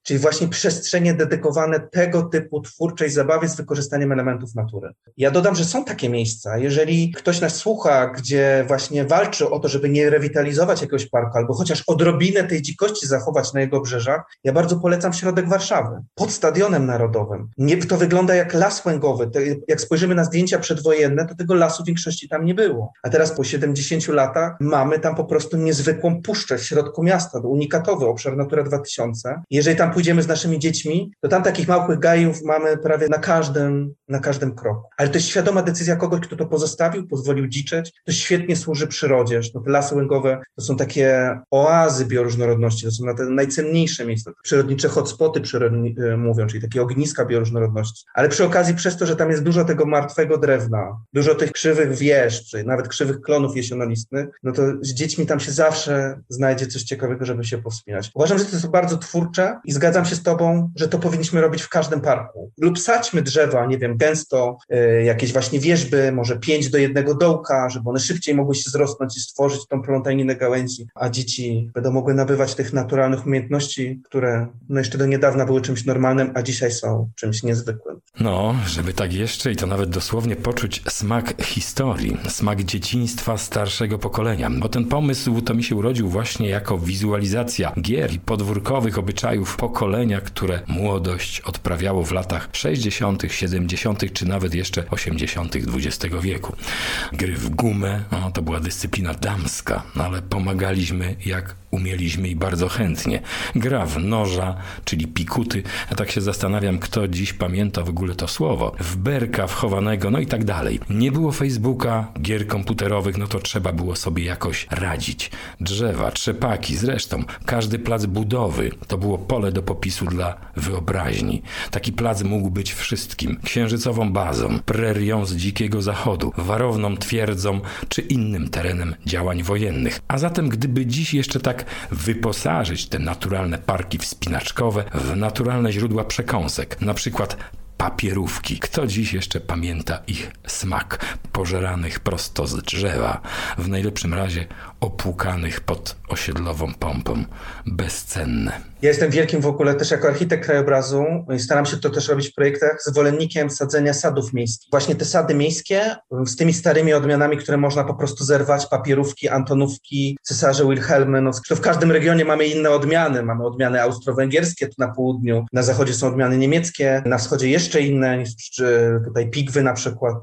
czyli właśnie przestrzenie dedykowane tego typu twórczej zabawie z wykorzystaniem elementów natury. Ja dodam, że są takie miejsca. Jeżeli ktoś nas słucha, gdzie właśnie walczy o to, żeby nie rewitalizować jakiegoś parku, albo chociaż odrobinę tej dzikości zachować na jego obrzeżach, ja bardzo polecam środek Warszawy, pod Stadionem Narodowym. Nie, to wygląda jak las łęgowy. To, jak spojrzymy na zdjęcia przedwojenne, to tego lasu w większości tam nie było. A teraz po siedemdziesięciu latach mamy tam po prostu niezwykłą puszczę w środku miasta, to unikatowy obszar Natura dwa tysiące. Jeżeli tam pójdziemy z naszymi dziećmi, to tam takich małych gajów mamy prawie na każdym, na każdym kroku. Ale to jest świadoma decyzja kogoś, kto to pozostawił, pozwolił dziczeć. To świetnie służy przyrodzie. No, te lasy łęgowe to są takie oazy bioróżnorodności, to są na te najcenniejsze miejsca. Przyrodnicze hotspoty przyrodni, mówią, czyli takie ogniska bioróżnorodności. Ale przy okazji przez to, że tam jest dużo tego martwego drewna, dużo tych krzywych wież, czy nawet krzywych klonów jesionolistnych, no to z dziećmi tam się zawsze znajdzie coś ciekawego, żeby się powspinać. Uważam, że to jest bardzo twórcze i zgadzam się z tobą, że to powinniśmy robić w każdym parku. Lub sadźmy drzewa, nie wiem, gęsto, y, jakieś właśnie wierzby, może pięć do jednego dołka, żeby one szybciej mogły się zrosnąć i stworzyć tą plątaninę gałęzi, a dzieci będą mogły nabywać tych naturalnych umiejętności, które no jeszcze do niedawna były czymś normalnym, a dzisiaj są czymś niezwykłym. No, żeby tak jeszcze i to nawet dosłownie poczuć smak historii, smak dzieciństwa starszego pokolenia. Bo ten pomysł to mi się urodził właśnie jako wizualizacja gier i podwórkowych obyczajów pokolenia, które młodość odprawiało w latach sześćdziesiątych, siedemdziesiątych czy nawet jeszcze osiemdziesiątych dwudziestego wieku. Gry w gumę, no, to była dyscyplina damska, ale pomagaliśmy jak umieliśmy i bardzo chętnie. Gra w noża, czyli pikuty. Ja tak się zastanawiam, kto dziś pamięta w ogóle to słowo. W berka wchowanego, no i tak dalej. Nie było Facebooka, gier komputerowych, no to trzeba było sobie jakoś radzić. Drzewa, trzepaki, zresztą każdy plac budowy to było pole do popisu dla wyobraźni. Taki plac mógł być wszystkim. Księżycową bazą, prerią z dzikiego zachodu, warowną twierdzą czy innym terenem działań wojennych. A zatem gdyby dziś jeszcze tak wyposażyć te naturalne parki wspinaczkowe w naturalne źródła przekąsek, na przykład papierówki. Kto dziś jeszcze pamięta ich smak, pożeranych prosto z drzewa, w najlepszym razie opłukanych pod osiedlową pompą. Bezcenne. Ja jestem wielkim w ogóle też jako architekt krajobrazu i staram się to też robić w projektach, zwolennikiem sadzenia sadów miejskich. Właśnie te sady miejskie z tymi starymi odmianami, które można po prostu zerwać, papierówki, antonówki, cesarze Wilhelmy, no to w każdym regionie mamy inne odmiany. Mamy odmiany austro-węgierskie tu na południu, na zachodzie są odmiany niemieckie, na wschodzie jeszcze inne, tutaj pigwy na przykład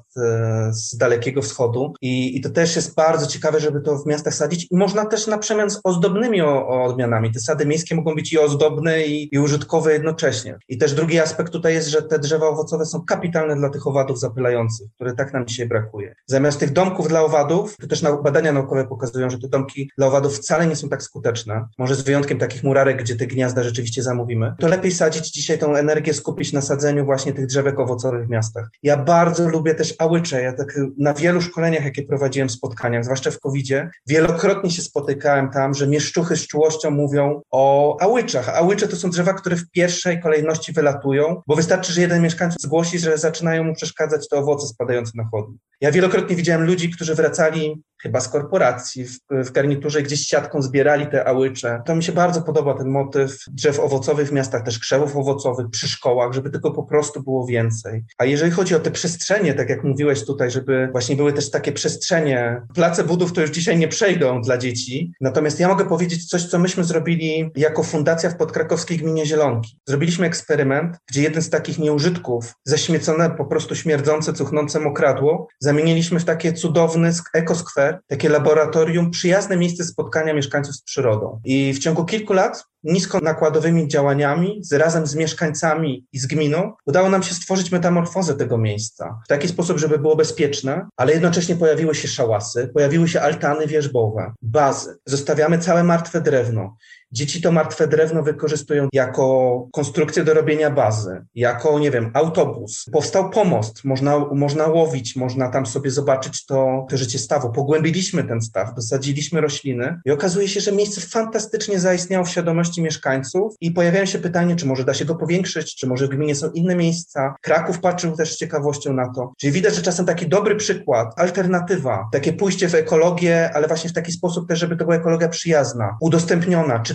z Dalekiego Wschodu. I, i to też jest bardzo ciekawe, żeby to w miastach sadzić. I można też na przemian z ozdobnymi o, o odmianami. Te sady miejskie mogą być i ozdobne i, i użytkowe jednocześnie. I też drugi aspekt tutaj jest, że te drzewa owocowe są kapitalne dla tych owadów zapylających, które tak nam dzisiaj brakuje. Zamiast tych domków dla owadów, to też badania naukowe pokazują, że te domki dla owadów wcale nie są tak skuteczne. Może z wyjątkiem takich murarek, gdzie te gniazda rzeczywiście zamówimy. To lepiej sadzić dzisiaj tą energię, skupić na sadzeniu właśnie tych drzewek owocowych w miastach. Ja bardzo lubię też ałycze. Ja tak na wielu szkoleniach, jakie prowadziłem, spotkaniach, zwłaszcza w kowidzie, wielokrotnie się spotykałem tam, że mieszczuchy z czułością mówią o ałyczach. Ałycze to są drzewa, które w pierwszej kolejności wylatują, bo wystarczy, że jeden mieszkańca zgłosi, że zaczynają mu przeszkadzać te owoce spadające na chodnik. Ja wielokrotnie widziałem ludzi, którzy wracali chyba z korporacji, w, w garniturze gdzieś siatką zbierali te ałycze. To mi się bardzo podoba ten motyw drzew owocowych w miastach, też krzewów owocowych przy szkołach, żeby tego po prostu było więcej. A jeżeli chodzi o te przestrzenie, tak jak mówiłeś tutaj, żeby właśnie były też takie przestrzenie, place budów to już dzisiaj nie przejdą dla dzieci, natomiast ja mogę powiedzieć coś, co myśmy zrobili jako fundacja w podkrakowskiej gminie Zielonki. Zrobiliśmy eksperyment, gdzie jeden z takich nieużytków, zaśmiecone, po prostu śmierdzące, cuchnące mokradło, zamieniliśmy w takie cudowny ekoskwer, takie laboratorium, przyjazne miejsce spotkania mieszkańców z przyrodą. I w ciągu kilku lat niskonakładowymi działaniami, z, razem z mieszkańcami i z gminą, udało nam się stworzyć metamorfozę tego miejsca w taki sposób, żeby było bezpieczne, ale jednocześnie pojawiły się szałasy, pojawiły się altany wierzbowe, bazy. Zostawiamy całe martwe drewno. Dzieci to martwe drewno wykorzystują jako konstrukcję do robienia bazy, jako, nie wiem, autobus. Powstał pomost, można, można łowić, można tam sobie zobaczyć to, to życie stawu. Pogłębiliśmy ten staw, dosadziliśmy rośliny i okazuje się, że miejsce fantastycznie zaistniało w świadomości mieszkańców i pojawiają się pytania, czy może da się go powiększyć, czy może w gminie są inne miejsca. Kraków patrzył też z ciekawością na to. Czyli widać, że czasem taki dobry przykład, alternatywa, takie pójście w ekologię, ale właśnie w taki sposób też, żeby to była ekologia przyjazna, udostępniona, czytelna,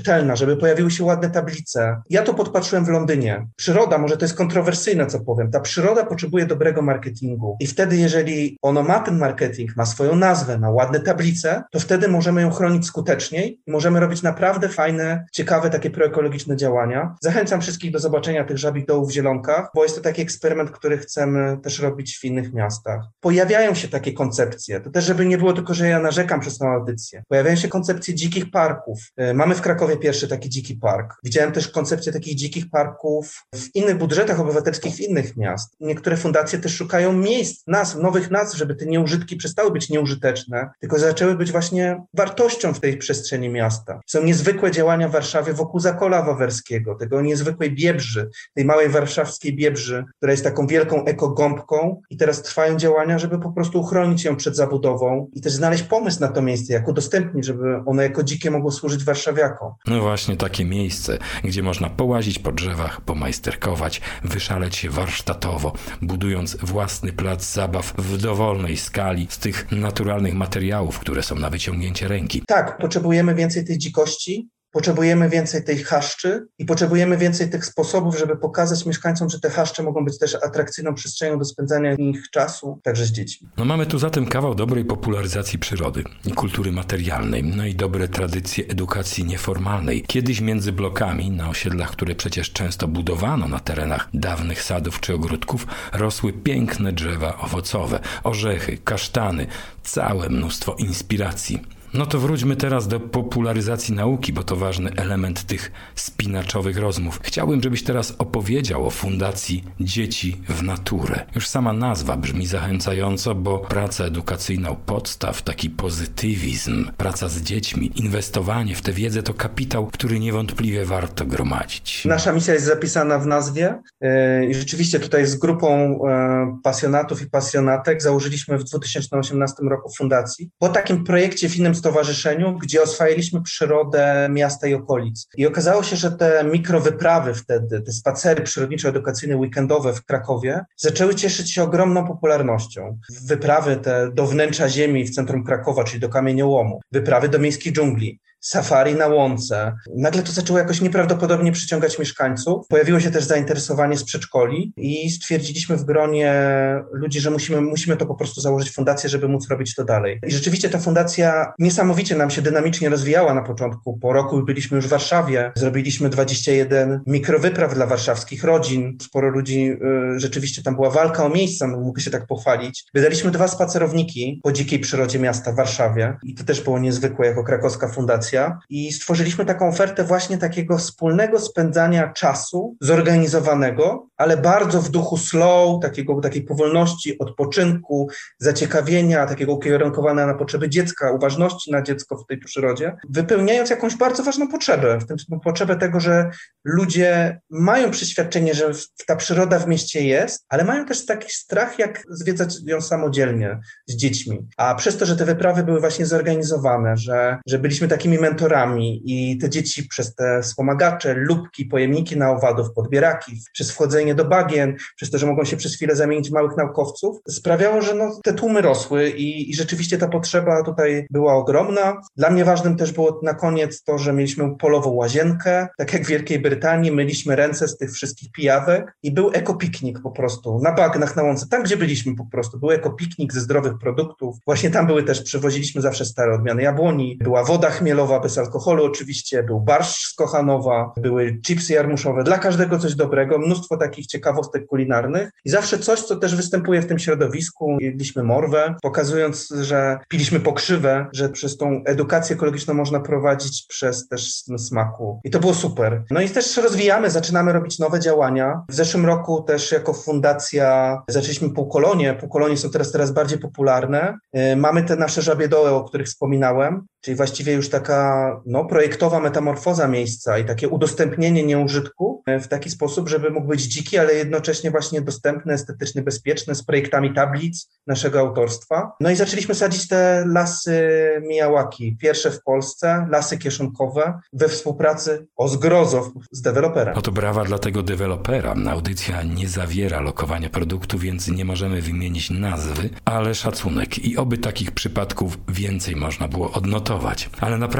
czytelna, żeby pojawiły się ładne tablice. Ja to podpatrzyłem w Londynie. Przyroda, może to jest kontrowersyjne, co powiem, ta przyroda potrzebuje dobrego marketingu i wtedy, jeżeli ono ma ten marketing, ma swoją nazwę, ma ładne tablice, to wtedy możemy ją chronić skuteczniej i możemy robić naprawdę fajne, ciekawe takie proekologiczne działania. Zachęcam wszystkich do zobaczenia tych żabich dołów w Zielonkach, bo jest to taki eksperyment, który chcemy też robić w innych miastach. Pojawiają się takie koncepcje, to też żeby nie było tylko, że ja narzekam przez tą audycję. Pojawiają się koncepcje dzikich parków. Mamy w Krakowie pierwszy taki dziki park. Widziałem też koncepcję takich dzikich parków w innych budżetach obywatelskich w innych miast. Niektóre fundacje też szukają miejsc, nazw, nowych nazw, żeby te nieużytki przestały być nieużyteczne, tylko zaczęły być właśnie wartością w tej przestrzeni miasta. Są niezwykłe działania w Warszawie wokół Zakola Wawerskiego, tego niezwykłej Biebrzy, tej małej warszawskiej Biebrzy, która jest taką wielką ekogąbką i teraz trwają działania, żeby po prostu uchronić ją przed zabudową i też znaleźć pomysł na to miejsce, jak udostępnić, żeby ono jako dzikie mogło służyć warszawiakom. No właśnie takie miejsce, gdzie można połazić po drzewach, pomajsterkować, wyszaleć się warsztatowo, budując własny plac zabaw w dowolnej skali z tych naturalnych materiałów, które są na wyciągnięcie ręki. Tak, potrzebujemy więcej tej dzikości, potrzebujemy więcej tej chaszczy i potrzebujemy więcej tych sposobów, żeby pokazać mieszkańcom, że te chaszcze mogą być też atrakcyjną przestrzenią do spędzania ich czasu, także z dziećmi. No mamy tu zatem kawał dobrej popularyzacji przyrody i kultury materialnej, no i dobre tradycje edukacji nieformalnej. Kiedyś między blokami, na osiedlach, które przecież często budowano na terenach dawnych sadów czy ogródków, rosły piękne drzewa owocowe, orzechy, kasztany, całe mnóstwo inspiracji. No to wróćmy teraz do popularyzacji nauki, bo to ważny element tych spinaczowych rozmów. Chciałbym, żebyś teraz opowiedział o Fundacji Dzieci w Naturę. Już sama nazwa brzmi zachęcająco, bo praca edukacyjna u podstaw, taki pozytywizm, praca z dziećmi, inwestowanie w tę wiedzę to kapitał, który niewątpliwie warto gromadzić. Nasza misja jest zapisana w nazwie i rzeczywiście tutaj z grupą pasjonatów i pasjonatek założyliśmy w dwa tysiące osiemnastym roku fundacji po takim projekcie w innym stowarzyszeniu, gdzie oswajaliśmy przyrodę miasta i okolic. I okazało się, że te mikrowyprawy wtedy, te spacery przyrodniczo-edukacyjne weekendowe w Krakowie zaczęły cieszyć się ogromną popularnością. Wyprawy te do wnętrza ziemi w centrum Krakowa, czyli do kamieniołomu, wyprawy do miejskiej dżungli, safari na łące. Nagle to zaczęło jakoś nieprawdopodobnie przyciągać mieszkańców. Pojawiło się też zainteresowanie z przedszkoli i stwierdziliśmy w gronie ludzi, że musimy, musimy to po prostu założyć fundację, żeby móc robić to dalej. I rzeczywiście ta fundacja niesamowicie nam się dynamicznie rozwijała na początku. Po roku byliśmy już w Warszawie. Zrobiliśmy dwadzieścia jeden mikrowypraw dla warszawskich rodzin. Sporo ludzi, y, rzeczywiście tam była walka o miejsca, no, mógł się tak pochwalić. Wydaliśmy dwa spacerowniki po dzikiej przyrodzie miasta w Warszawie i to też było niezwykłe jako krakowska fundacja. I stworzyliśmy taką ofertę właśnie takiego wspólnego spędzania czasu zorganizowanego, ale bardzo w duchu slow, takiego, takiej powolności, odpoczynku, zaciekawienia, takiego ukierunkowania na potrzeby dziecka, uważności na dziecko w tej przyrodzie, wypełniając jakąś bardzo ważną potrzebę, w tym potrzebę tego, że ludzie mają przeświadczenie, że ta przyroda w mieście jest, ale mają też taki strach, jak zwiedzać ją samodzielnie z dziećmi. A przez to, że te wyprawy były właśnie zorganizowane, że, że byliśmy takimi mentorami i te dzieci przez te wspomagacze, lubki, pojemniki na owadów, podbieraki, przez wchodzenie do bagien, przez to, że mogą się przez chwilę zamienić w małych naukowców, sprawiało, że no, te tłumy rosły i, i rzeczywiście ta potrzeba tutaj była ogromna. Dla mnie ważnym też było na koniec to, że mieliśmy polową łazienkę, tak jak w Wielkiej Brytanii, myliśmy ręce z tych wszystkich pijawek i był ekopiknik po prostu na bagnach, na łące, tam gdzie byliśmy po prostu. Był ekopiknik ze zdrowych produktów. Właśnie tam były też, przywoziliśmy zawsze stare odmiany jabłoni, była woda chmielowa bez alkoholu oczywiście, był barszcz z Kochanowa, były chipsy jarmuszowe, dla każdego coś dobrego, mnóstwo takich ciekawostek kulinarnych i zawsze coś, co też występuje w tym środowisku. Jedliśmy morwę, pokazując, że piliśmy pokrzywę, że przez tą edukację ekologiczną można prowadzić przez też smaku. I to było super. No i też rozwijamy, zaczynamy robić nowe działania. W zeszłym roku też jako fundacja zaczęliśmy półkolonie. Półkolonie są teraz teraz bardziej popularne. Mamy te nasze żabie doły, o których wspominałem, czyli właściwie już taka no, projektowa metamorfoza miejsca i takie udostępnienie nieużytku w taki sposób, żeby mógł być dziki, ale jednocześnie właśnie dostępny, estetycznie bezpieczny, z projektami tablic naszego autorstwa. No i zaczęliśmy sadzić te lasy Miyawaki, pierwsze w Polsce, lasy kieszonkowe we współpracy o zgrozo z deweloperem. Oto brawa dla tego dewelopera. Audycja nie zawiera lokowania produktu, więc nie możemy wymienić nazwy, ale szacunek i oby takich przypadków więcej można było odnotować. Ale naprawdę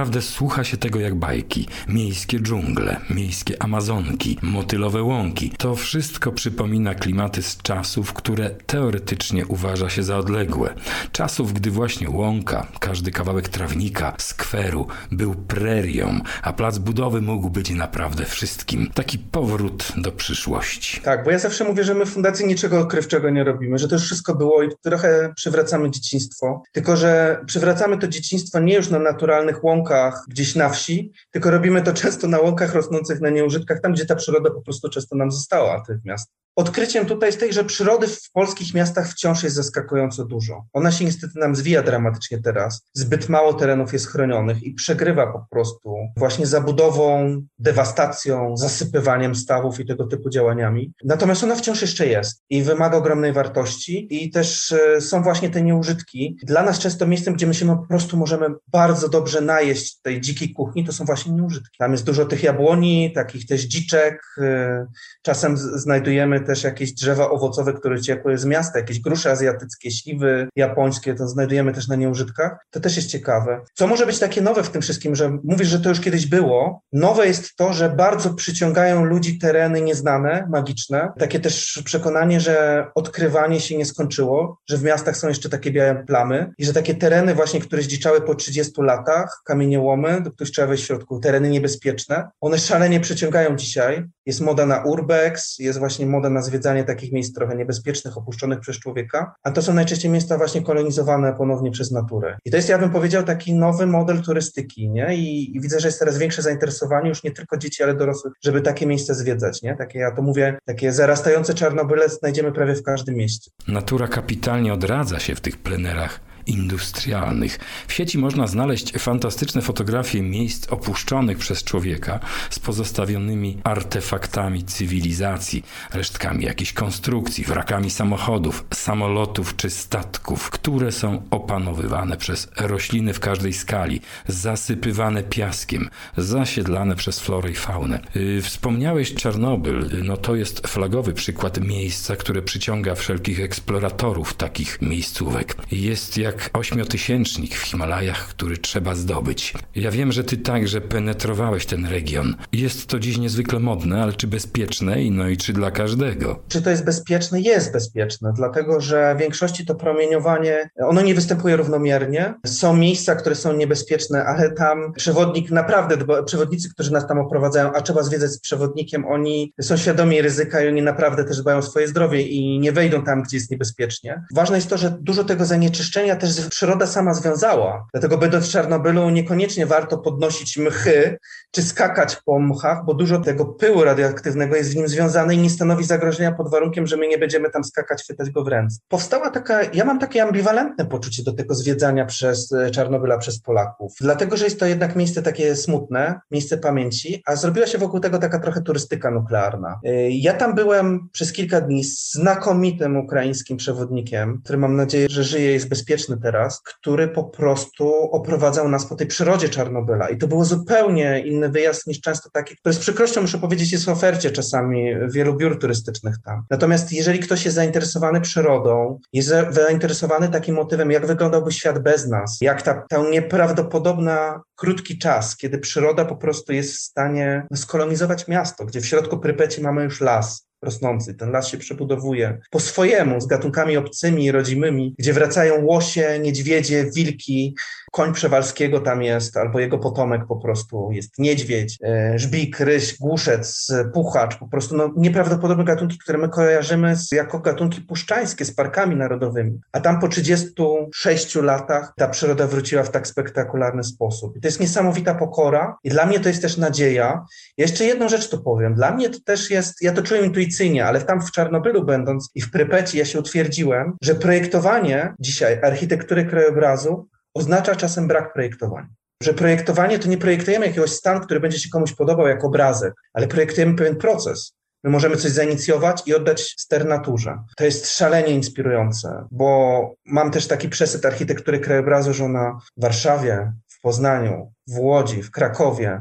Naprawdę słucha się tego jak bajki. Miejskie dżungle, miejskie amazonki, motylowe łąki. To wszystko przypomina klimaty z czasów, które teoretycznie uważa się za odległe. Czasów, gdy właśnie łąka, każdy kawałek trawnika, skweru był prerią, a plac budowy mógł być naprawdę wszystkim. Taki powrót do przyszłości. Tak, bo ja zawsze mówię, że my w fundacji niczego odkrywczego nie robimy, że to już wszystko było i trochę przywracamy dzieciństwo. Tylko że przywracamy to dzieciństwo nie już na naturalnych łąkach gdzieś na wsi, tylko robimy to często na łąkach rosnących na nieużytkach, tam gdzie ta przyroda po prostu często nam została, tych miast. Odkryciem tutaj jest tej, że przyrody w polskich miastach wciąż jest zaskakująco dużo. Ona się niestety nam zwija dramatycznie teraz. Zbyt mało terenów jest chronionych i przegrywa po prostu właśnie zabudową, dewastacją, zasypywaniem stawów i tego typu działaniami. Natomiast ona wciąż jeszcze jest i wymaga ogromnej wartości i też e, są właśnie te nieużytki. Dla nas często miejscem, gdzie my się po prostu możemy bardzo dobrze najeść tej dzikiej kuchni, to są właśnie nieużytki. Tam jest dużo tych jabłoni, takich też dziczek. E, czasem z- znajdujemy też jakieś drzewa owocowe, które ciekły z miasta, jakieś grusze azjatyckie, śliwy japońskie, to znajdujemy też na nieużytkach. To też jest ciekawe. Co może być takie nowe w tym wszystkim, że mówisz, że to już kiedyś było. Nowe jest to, że bardzo przyciągają ludzi tereny nieznane, magiczne. Takie też przekonanie, że odkrywanie się nie skończyło, że w miastach są jeszcze takie białe plamy i że takie tereny właśnie, które zdziczały po trzydziestu latach, kamieniołomy, do których trzeba wejść w środku, tereny niebezpieczne, one szalenie przyciągają dzisiaj. Jest moda na urbex, jest właśnie moda na zwiedzanie takich miejsc trochę niebezpiecznych, opuszczonych przez człowieka, a to są najczęściej miejsca właśnie kolonizowane ponownie przez naturę. I to jest, ja bym powiedział, taki nowy model turystyki, nie? I, i widzę, że jest teraz większe zainteresowanie już nie tylko dzieci, ale dorosłych, żeby takie miejsca zwiedzać, nie? Takie, ja to mówię, takie zarastające Czarnobyle znajdziemy prawie w każdym mieście. Natura kapitalnie odradza się w tych plenerach industrialnych. W sieci można znaleźć fantastyczne fotografie miejsc opuszczonych przez człowieka z pozostawionymi artefaktami cywilizacji, resztkami jakichś konstrukcji, wrakami samochodów, samolotów czy statków, które są opanowywane przez rośliny w każdej skali, zasypywane piaskiem, zasiedlane przez florę i faunę. Yy, wspomniałeś Czarnobyl, no to jest flagowy przykład miejsca, które przyciąga wszelkich eksploratorów takich miejscówek. Jest jak ośmiotysięcznik w Himalajach, który trzeba zdobyć. Ja wiem, że ty także penetrowałeś ten region. Jest to dziś niezwykle modne, ale czy bezpieczne? No i czy dla każdego? Czy to jest bezpieczne? Jest bezpieczne, dlatego że w większości to promieniowanie, ono nie występuje równomiernie. Są miejsca, które są niebezpieczne, ale tam przewodnik naprawdę, dba, przewodnicy, którzy nas tam oprowadzają, a trzeba zwiedzać z przewodnikiem, oni są świadomi ryzyka i oni naprawdę też dbają o swoje zdrowie i nie wejdą tam, gdzie jest niebezpiecznie. Ważne jest to, że dużo tego zanieczyszczenia też przyroda sama związała. Dlatego będąc w Czarnobylu niekoniecznie warto podnosić mchy czy skakać po mchach, bo dużo tego pyłu radioaktywnego jest w nim związane i nie stanowi zagrożenia pod warunkiem, że my nie będziemy tam skakać, chwytać go w ręce. Powstała taka, ja mam takie ambiwalentne poczucie do tego zwiedzania przez Czarnobyla przez Polaków. Dlatego, że jest to jednak miejsce takie smutne, miejsce pamięci, a zrobiła się wokół tego taka trochę turystyka nuklearna. Ja tam byłem przez kilka dni z znakomitym ukraińskim przewodnikiem, który mam nadzieję, że żyje i jest bezpieczny teraz, który po prostu oprowadzał nas po tej przyrodzie Czarnobyla i to było zupełnie inny wyjazd niż często taki, który z przykrością muszę powiedzieć jest w ofercie czasami wielu biur turystycznych tam. Natomiast jeżeli ktoś jest zainteresowany przyrodą, jest zainteresowany takim motywem, jak wyglądałby świat bez nas, jak ta, ta nieprawdopodobna krótki czas, kiedy przyroda po prostu jest w stanie skolonizować miasto, gdzie w środku Prypeci mamy już las rosnący. Ten las się przebudowuje po swojemu, z gatunkami obcymi i rodzimymi, gdzie wracają łosie, niedźwiedzie, wilki, koń Przewalskiego tam jest, albo jego potomek po prostu jest niedźwiedź, e, żbik, ryś, głuszec, puchacz, po prostu no, nieprawdopodobne gatunki, które my kojarzymy z, jako gatunki puszczańskie z parkami narodowymi. A tam po trzydziestu sześciu latach ta przyroda wróciła w tak spektakularny sposób. I to jest niesamowita pokora i dla mnie to jest też nadzieja. Jeszcze jedną rzecz tu powiem. Dla mnie to też jest, ja to czuję intuicyjnie, ale tam w Czarnobylu będąc i w Prypeci ja się utwierdziłem, że projektowanie dzisiaj architektury krajobrazu oznacza czasem brak projektowania. Że projektowanie to nie projektujemy jakiegoś stanu, który będzie się komuś podobał jak obrazek, ale projektujemy pewien proces. My możemy coś zainicjować i oddać ster naturze. To jest szalenie inspirujące, bo mam też taki przesyt architektury krajobrazu, że ona w Warszawie, w Poznaniu, w Łodzi, w Krakowie,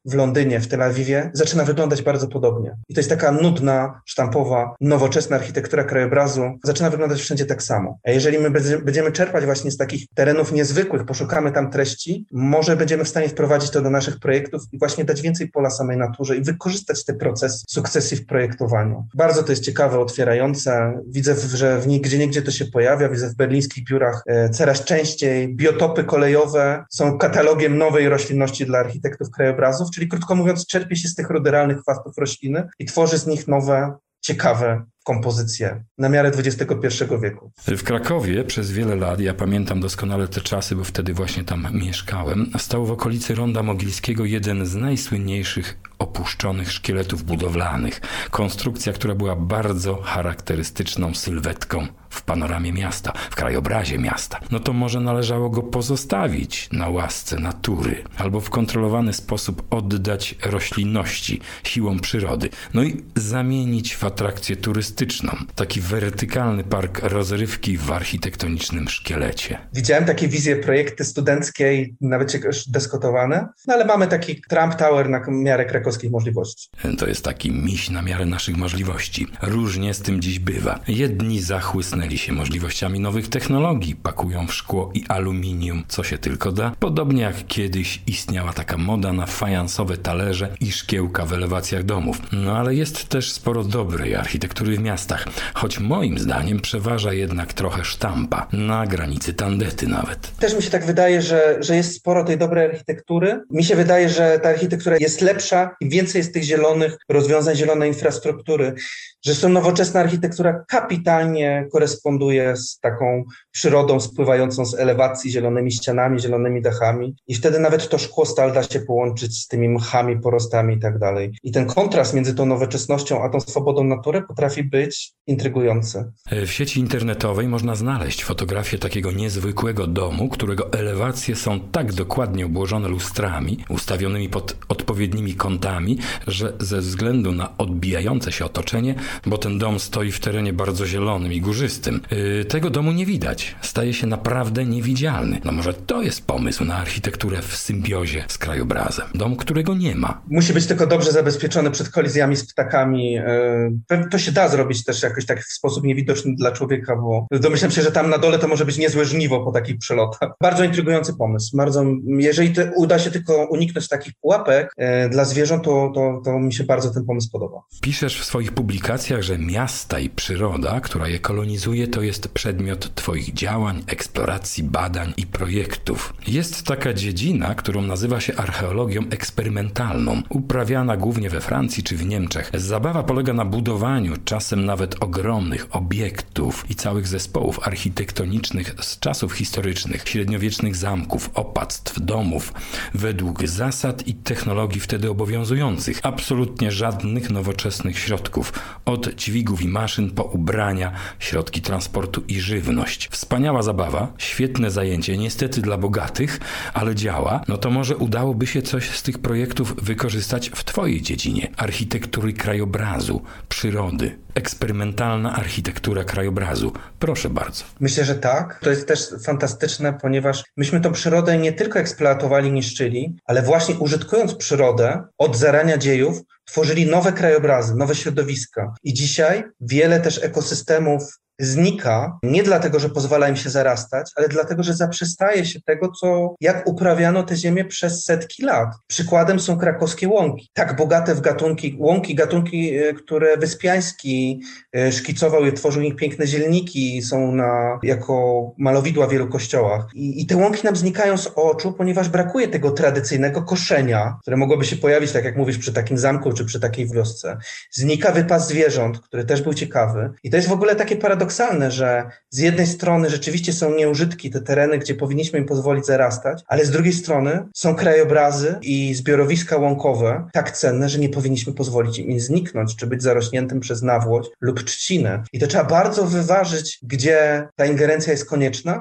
w Londynie, w Tel Awiwie, zaczyna wyglądać bardzo podobnie. I to jest taka nudna, sztampowa, nowoczesna architektura krajobrazu, zaczyna wyglądać wszędzie tak samo. A jeżeli my będziemy czerpać właśnie z takich terenów niezwykłych, poszukamy tam treści, może będziemy w stanie wprowadzić to do naszych projektów i właśnie dać więcej pola samej naturze i wykorzystać ten proces sukcesji w projektowaniu. Bardzo to jest ciekawe, otwierające. Widzę, że w gdzie niegdzie to się pojawia. Widzę w berlińskich biurach e, coraz częściej biotopy kolejowe są katalogiem nowej roślinności dla architektów krajobrazów, czyli krótko mówiąc czerpie się z tych ruderalnych chwastów rośliny i tworzy z nich nowe, ciekawe kompozycje na miarę dwudziestego pierwszego wieku. W Krakowie przez wiele lat, ja pamiętam doskonale te czasy, bo wtedy właśnie tam mieszkałem, stał w okolicy Ronda Mogilskiego jeden z najsłynniejszych opuszczonych szkieletów budowlanych. Konstrukcja, która była bardzo charakterystyczną sylwetką w panoramie miasta, w krajobrazie miasta. No to może należało go pozostawić na łasce natury, albo w kontrolowany sposób oddać roślinności, siłom przyrody, no i zamienić w atrakcję turystyczną. Taki wertykalny park rozrywki w architektonicznym szkielecie. Widziałem takie wizje, projekty studenckie i nawet już dyskotowane, no ale mamy taki Trump Tower na miarę krakowskich możliwości. To jest taki miś na miarę naszych możliwości. Różnie z tym dziś bywa. Jedni zachłysnęli się możliwościami nowych technologii, pakują w szkło i aluminium, co się tylko da. Podobnie jak kiedyś istniała taka moda na fajansowe talerze i szkiełka w elewacjach domów. No ale jest też sporo dobrej architektury w miastach, choć moim zdaniem przeważa jednak trochę sztampa, na granicy tandety nawet. Też mi się tak wydaje, że, że jest sporo tej dobrej architektury. Mi się wydaje, że ta architektura jest lepsza, im więcej jest tych zielonych rozwiązań, zielonej infrastruktury, że są nowoczesna architektura kapitalnie koresponduje z taką przyrodą spływającą z elewacji, zielonymi ścianami, zielonymi dachami i wtedy nawet to szkło stal da się połączyć z tymi mchami, porostami i tak dalej. I ten kontrast między tą nowoczesnością a tą swobodą natury potrafi być intrygujący. W sieci internetowej można znaleźć fotografię takiego niezwykłego domu, którego elewacje są tak dokładnie obłożone lustrami, ustawionymi pod odpowiednimi kątami, że ze względu na odbijające się otoczenie, bo ten dom stoi w terenie bardzo zielonym i górzystym, yy, tego domu nie widać. Staje się naprawdę niewidzialny. No może to jest pomysł na architekturę w symbiozie z krajobrazem. Dom, którego nie ma. Musi być tylko dobrze zabezpieczony przed kolizjami z ptakami. Yy, to się da zrobić też jakoś tak w sposób niewidoczny dla człowieka, bo domyślam się, że tam na dole to może być niezłe żniwo po takich przelotach. Bardzo intrygujący pomysł. Bardzo, jeżeli to uda się tylko uniknąć takich pułapek yy, dla zwierząt, to, to, to mi się bardzo ten pomysł podoba. Piszesz w swoich publikacjach, że miasta i przyroda, która je kolonizuje, to jest przedmiot twoich działań, eksploracji, badań i projektów. Jest taka dziedzina, którą nazywa się archeologią eksperymentalną, uprawiana głównie we Francji czy w Niemczech. Zabawa polega na budowaniu czasem nawet ogromnych obiektów i całych zespołów architektonicznych z czasów historycznych, średniowiecznych zamków, opactw, domów, według zasad i technologii wtedy obowiązujących. Absolutnie żadnych nowoczesnych środków, od dźwigów i maszyn po ubrania, środki transportu i żywność. Wspaniała zabawa, świetne zajęcie, niestety dla bogatych, ale działa. No to może udałoby się coś z tych projektów wykorzystać w twojej dziedzinie architektury krajobrazu, przyrody. Eksperymentalna architektura krajobrazu. Proszę bardzo. Myślę, że tak. To jest też fantastyczne, ponieważ myśmy tą przyrodę nie tylko eksploatowali, niszczyli, ale właśnie użytkując przyrodę od zarania dziejów, tworzyli nowe krajobrazy, nowe środowiska. I dzisiaj wiele też ekosystemów znika nie dlatego, że pozwala im się zarastać, ale dlatego, że zaprzestaje się tego, co, jak uprawiano tę ziemię przez setki lat. Przykładem są krakowskie łąki. Tak bogate w gatunki, łąki, gatunki, które Wyspiański szkicował i tworzył ich piękne zielniki, są na, jako malowidła w wielu kościołach. I, I te łąki nam znikają z oczu, ponieważ brakuje tego tradycyjnego koszenia, które mogłoby się pojawić, tak jak mówisz, przy takim zamku czy przy takiej wiosce. Znika wypas zwierząt, który też był ciekawy. I to jest w ogóle takie paradoksalne, że z jednej strony rzeczywiście są nieużytki, te tereny, gdzie powinniśmy im pozwolić zarastać, ale z drugiej strony są krajobrazy i zbiorowiska łąkowe tak cenne, że nie powinniśmy pozwolić im zniknąć, czy być zarośniętym przez nawłoć lub trzcinę. I to trzeba bardzo wyważyć, gdzie ta ingerencja jest konieczna,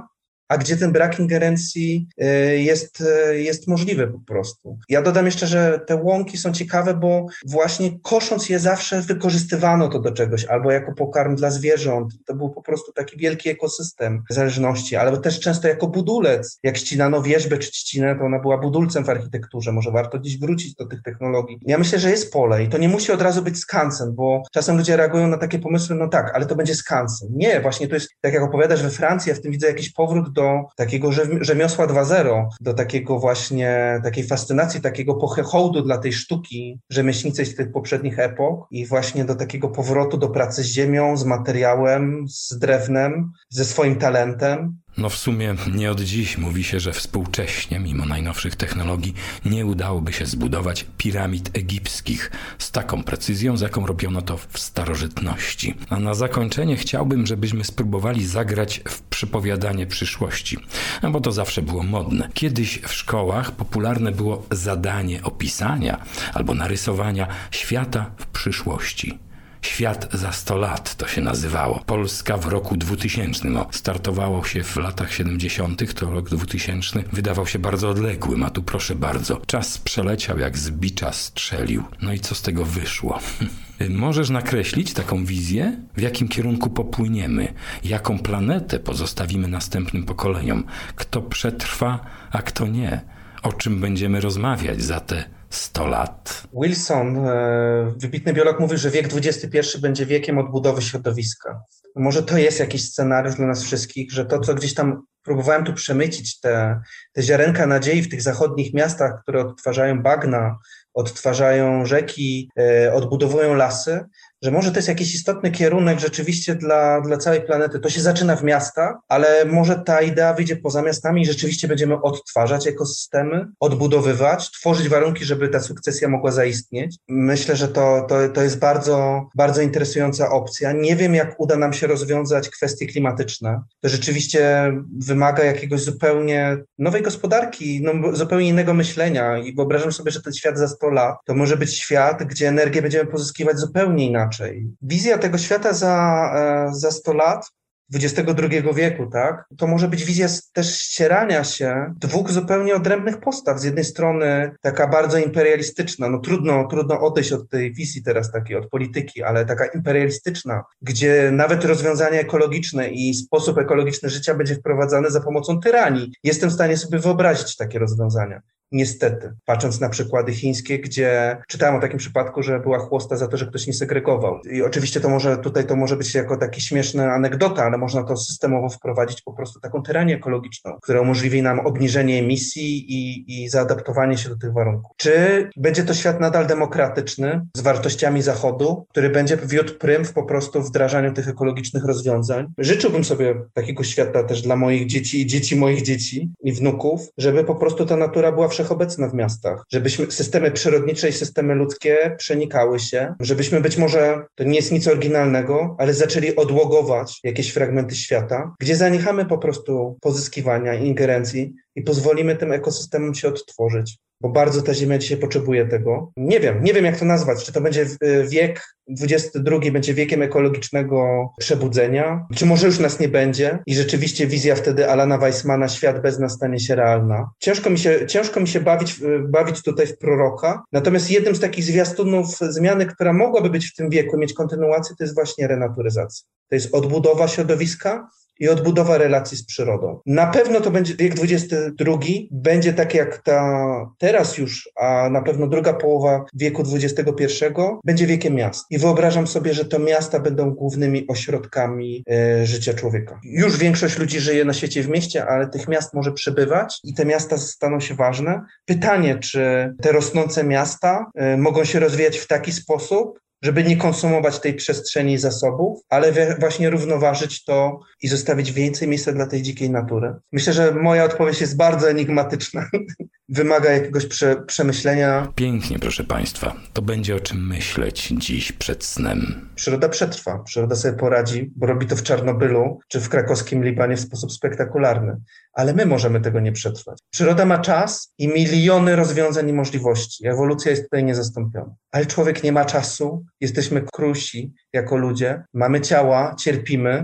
a gdzie ten brak ingerencji jest, jest możliwy po prostu. Ja dodam jeszcze, że te łąki są ciekawe, bo właśnie kosząc je zawsze wykorzystywano to do czegoś, albo jako pokarm dla zwierząt. To był po prostu taki wielki ekosystem zależności, ale też często jako budulec. Jak ścinano wierzbę czy trzcinę, to ona była budulcem w architekturze. Może warto dziś wrócić do tych technologii. Ja myślę, że jest pole i to nie musi od razu być skansen, bo czasem ludzie reagują na takie pomysły, no tak, ale to będzie skansen. Nie, właśnie to jest, tak jak opowiadasz, we Francji, ja w tym widzę jakiś powrót do takiego rzemiosła dwa zero, do takiego właśnie, takiej fascynacji, takiego hołdu dla tej sztuki rzemieślniczej z tych poprzednich epok i właśnie do takiego powrotu do pracy z ziemią, z materiałem, z drewnem, ze swoim talentem. No w sumie nie od dziś mówi się, że współcześnie, mimo najnowszych technologii, nie udałoby się zbudować piramid egipskich z taką precyzją, z jaką robiono to w starożytności. A na zakończenie chciałbym, żebyśmy spróbowali zagrać w przypowiadanie przyszłości, no bo to zawsze było modne. Kiedyś w szkołach popularne było zadanie opisania albo narysowania świata w przyszłości. Świat za sto lat to się nazywało. Polska w roku dwutysięcznym. O, startowało się w latach siedemdziesiątych, to rok dwutysięczny wydawał się bardzo odległym, a tu proszę bardzo. Czas przeleciał jak z bicza strzelił. No i co z tego wyszło? Możesz nakreślić taką wizję, w jakim kierunku popłyniemy, jaką planetę pozostawimy następnym pokoleniom, kto przetrwa, a kto nie, o czym będziemy rozmawiać za te sto lat. Wilson, wybitny biolog, mówi, że wiek dwudziesty pierwszy będzie wiekiem odbudowy środowiska. Może to jest jakiś scenariusz dla nas wszystkich, że to, co gdzieś tam próbowałem tu przemycić, te, te ziarenka nadziei w tych zachodnich miastach, które odtwarzają bagna, odtwarzają rzeki, odbudowują lasy, że może to jest jakiś istotny kierunek rzeczywiście dla, dla całej planety. To się zaczyna w miastach, ale może ta idea wyjdzie poza miastami i rzeczywiście będziemy odtwarzać ekosystemy, odbudowywać, tworzyć warunki, żeby ta sukcesja mogła zaistnieć. Myślę, że to, to, to jest bardzo, bardzo interesująca opcja. Nie wiem, jak uda nam się rozwiązać kwestie klimatyczne. To rzeczywiście wymaga jakiegoś zupełnie nowej gospodarki, no, zupełnie innego myślenia i wyobrażam sobie, że ten świat za sto lat to może być świat, gdzie energię będziemy pozyskiwać zupełnie inaczej. Wizja tego świata za, za sto lat, dwudziestego drugiego wieku, tak? To może być wizja też ścierania się dwóch zupełnie odrębnych postaw. Z jednej strony taka bardzo imperialistyczna, no trudno, trudno odejść od tej wizji teraz takiej, od polityki, ale taka imperialistyczna, gdzie nawet rozwiązania ekologiczne i sposób ekologiczny życia będzie wprowadzany za pomocą tyranii. Jestem w stanie sobie wyobrazić takie rozwiązania. Niestety, patrząc na przykłady chińskie, gdzie czytałem o takim przypadku, że była chłosta za to, że ktoś nie segregował. I oczywiście to może tutaj to może być jako takie śmieszna anegdota, ale można to systemowo wprowadzić po prostu taką tyranię ekologiczną, która umożliwi nam obniżenie emisji i, i zaadaptowanie się do tych warunków. Czy będzie to świat nadal demokratyczny, z wartościami Zachodu, który będzie wiódł prym w po prostu wdrażaniu tych ekologicznych rozwiązań? Życzyłbym sobie takiego świata też dla moich dzieci i dzieci moich dzieci i wnuków, żeby po prostu ta natura była wszechobecna w miastach, żebyśmy systemy przyrodnicze i systemy ludzkie przenikały się, żebyśmy być może, to nie jest nic oryginalnego, ale zaczęli odłogować jakieś fragmenty świata, gdzie zaniechamy po prostu pozyskiwania, ingerencji i pozwolimy tym ekosystemom się odtworzyć. Bo bardzo ta Ziemia dzisiaj potrzebuje tego. Nie wiem, nie wiem jak to nazwać, czy to będzie wiek dwudziesty drugi będzie wiekiem ekologicznego przebudzenia, czy może już nas nie będzie i rzeczywiście wizja wtedy Alana Weissmana, świat bez nas stanie się realna. Ciężko mi się, ciężko mi się bawić, bawić tutaj w proroka, natomiast jednym z takich zwiastunów zmiany, która mogłaby być w tym wieku, mieć kontynuację, to jest właśnie renaturyzacja. To jest odbudowa środowiska i odbudowa relacji z przyrodą. Na pewno to będzie wiek dwudziesty drugi, będzie tak jak ta teraz już, a na pewno druga połowa wieku dwudziestego pierwszego będzie wiekiem miast. I wyobrażam sobie, że to miasta będą głównymi ośrodkami e, życia człowieka. Już większość ludzi żyje na świecie w mieście, ale tych miast może przybywać i te miasta staną się ważne. Pytanie, czy te rosnące miasta e, mogą się rozwijać w taki sposób, żeby nie konsumować tej przestrzeni zasobów, ale właśnie równoważyć to i zostawić więcej miejsca dla tej dzikiej natury. Myślę, że moja odpowiedź jest bardzo enigmatyczna. Wymaga jakiegoś prze, przemyślenia. Pięknie, proszę Państwa. To będzie o czym myśleć dziś przed snem. Przyroda przetrwa. Przyroda sobie poradzi, bo robi to w Czarnobylu czy w krakowskim Libanie w sposób spektakularny. Ale my możemy tego nie przetrwać. Przyroda ma czas i miliony rozwiązań i możliwości. Ewolucja jest tutaj niezastąpiona. Ale człowiek nie ma czasu. Jesteśmy krusi jako ludzie. Mamy ciała, cierpimy.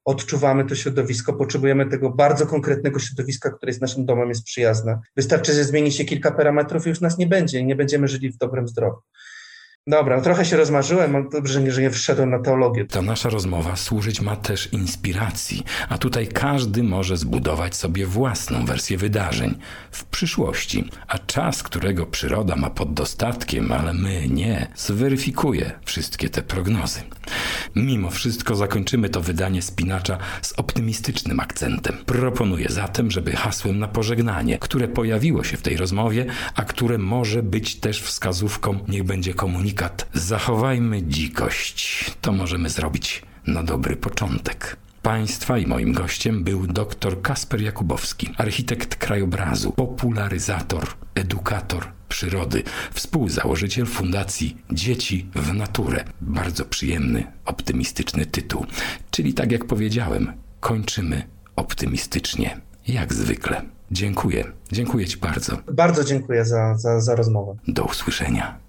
odczuwamy to środowisko, potrzebujemy tego bardzo konkretnego środowiska, które jest naszym domem, jest przyjazne. Wystarczy, że zmieni się kilka parametrów i już nas nie będzie i nie będziemy żyli w dobrym zdrowiu. Dobra, no trochę się rozmarzyłem, ale dobrze, że nie wszedłem na teologię. Ta nasza rozmowa służyć ma też inspiracji, a tutaj każdy może zbudować sobie własną wersję wydarzeń w przyszłości, a czas, którego przyroda ma pod dostatkiem, ale my nie, zweryfikuje wszystkie te prognozy. Mimo wszystko zakończymy to wydanie Spinacza z optymistycznym akcentem. Proponuję zatem, żeby hasłem na pożegnanie, które pojawiło się w tej rozmowie, a które może być też wskazówką, niech będzie komunikat. Zachowajmy dzikość. To możemy zrobić na dobry początek. Państwa i moim gościem był dr Kasper Jakubowski, architekt krajobrazu, popularyzator, edukator przyrody, współzałożyciel Fundacji Dzieci w Naturę. Bardzo przyjemny, optymistyczny tytuł. Czyli tak jak powiedziałem, kończymy optymistycznie, jak zwykle. Dziękuję. Dziękuję Ci bardzo. Bardzo dziękuję za, za, za rozmowę. Do usłyszenia.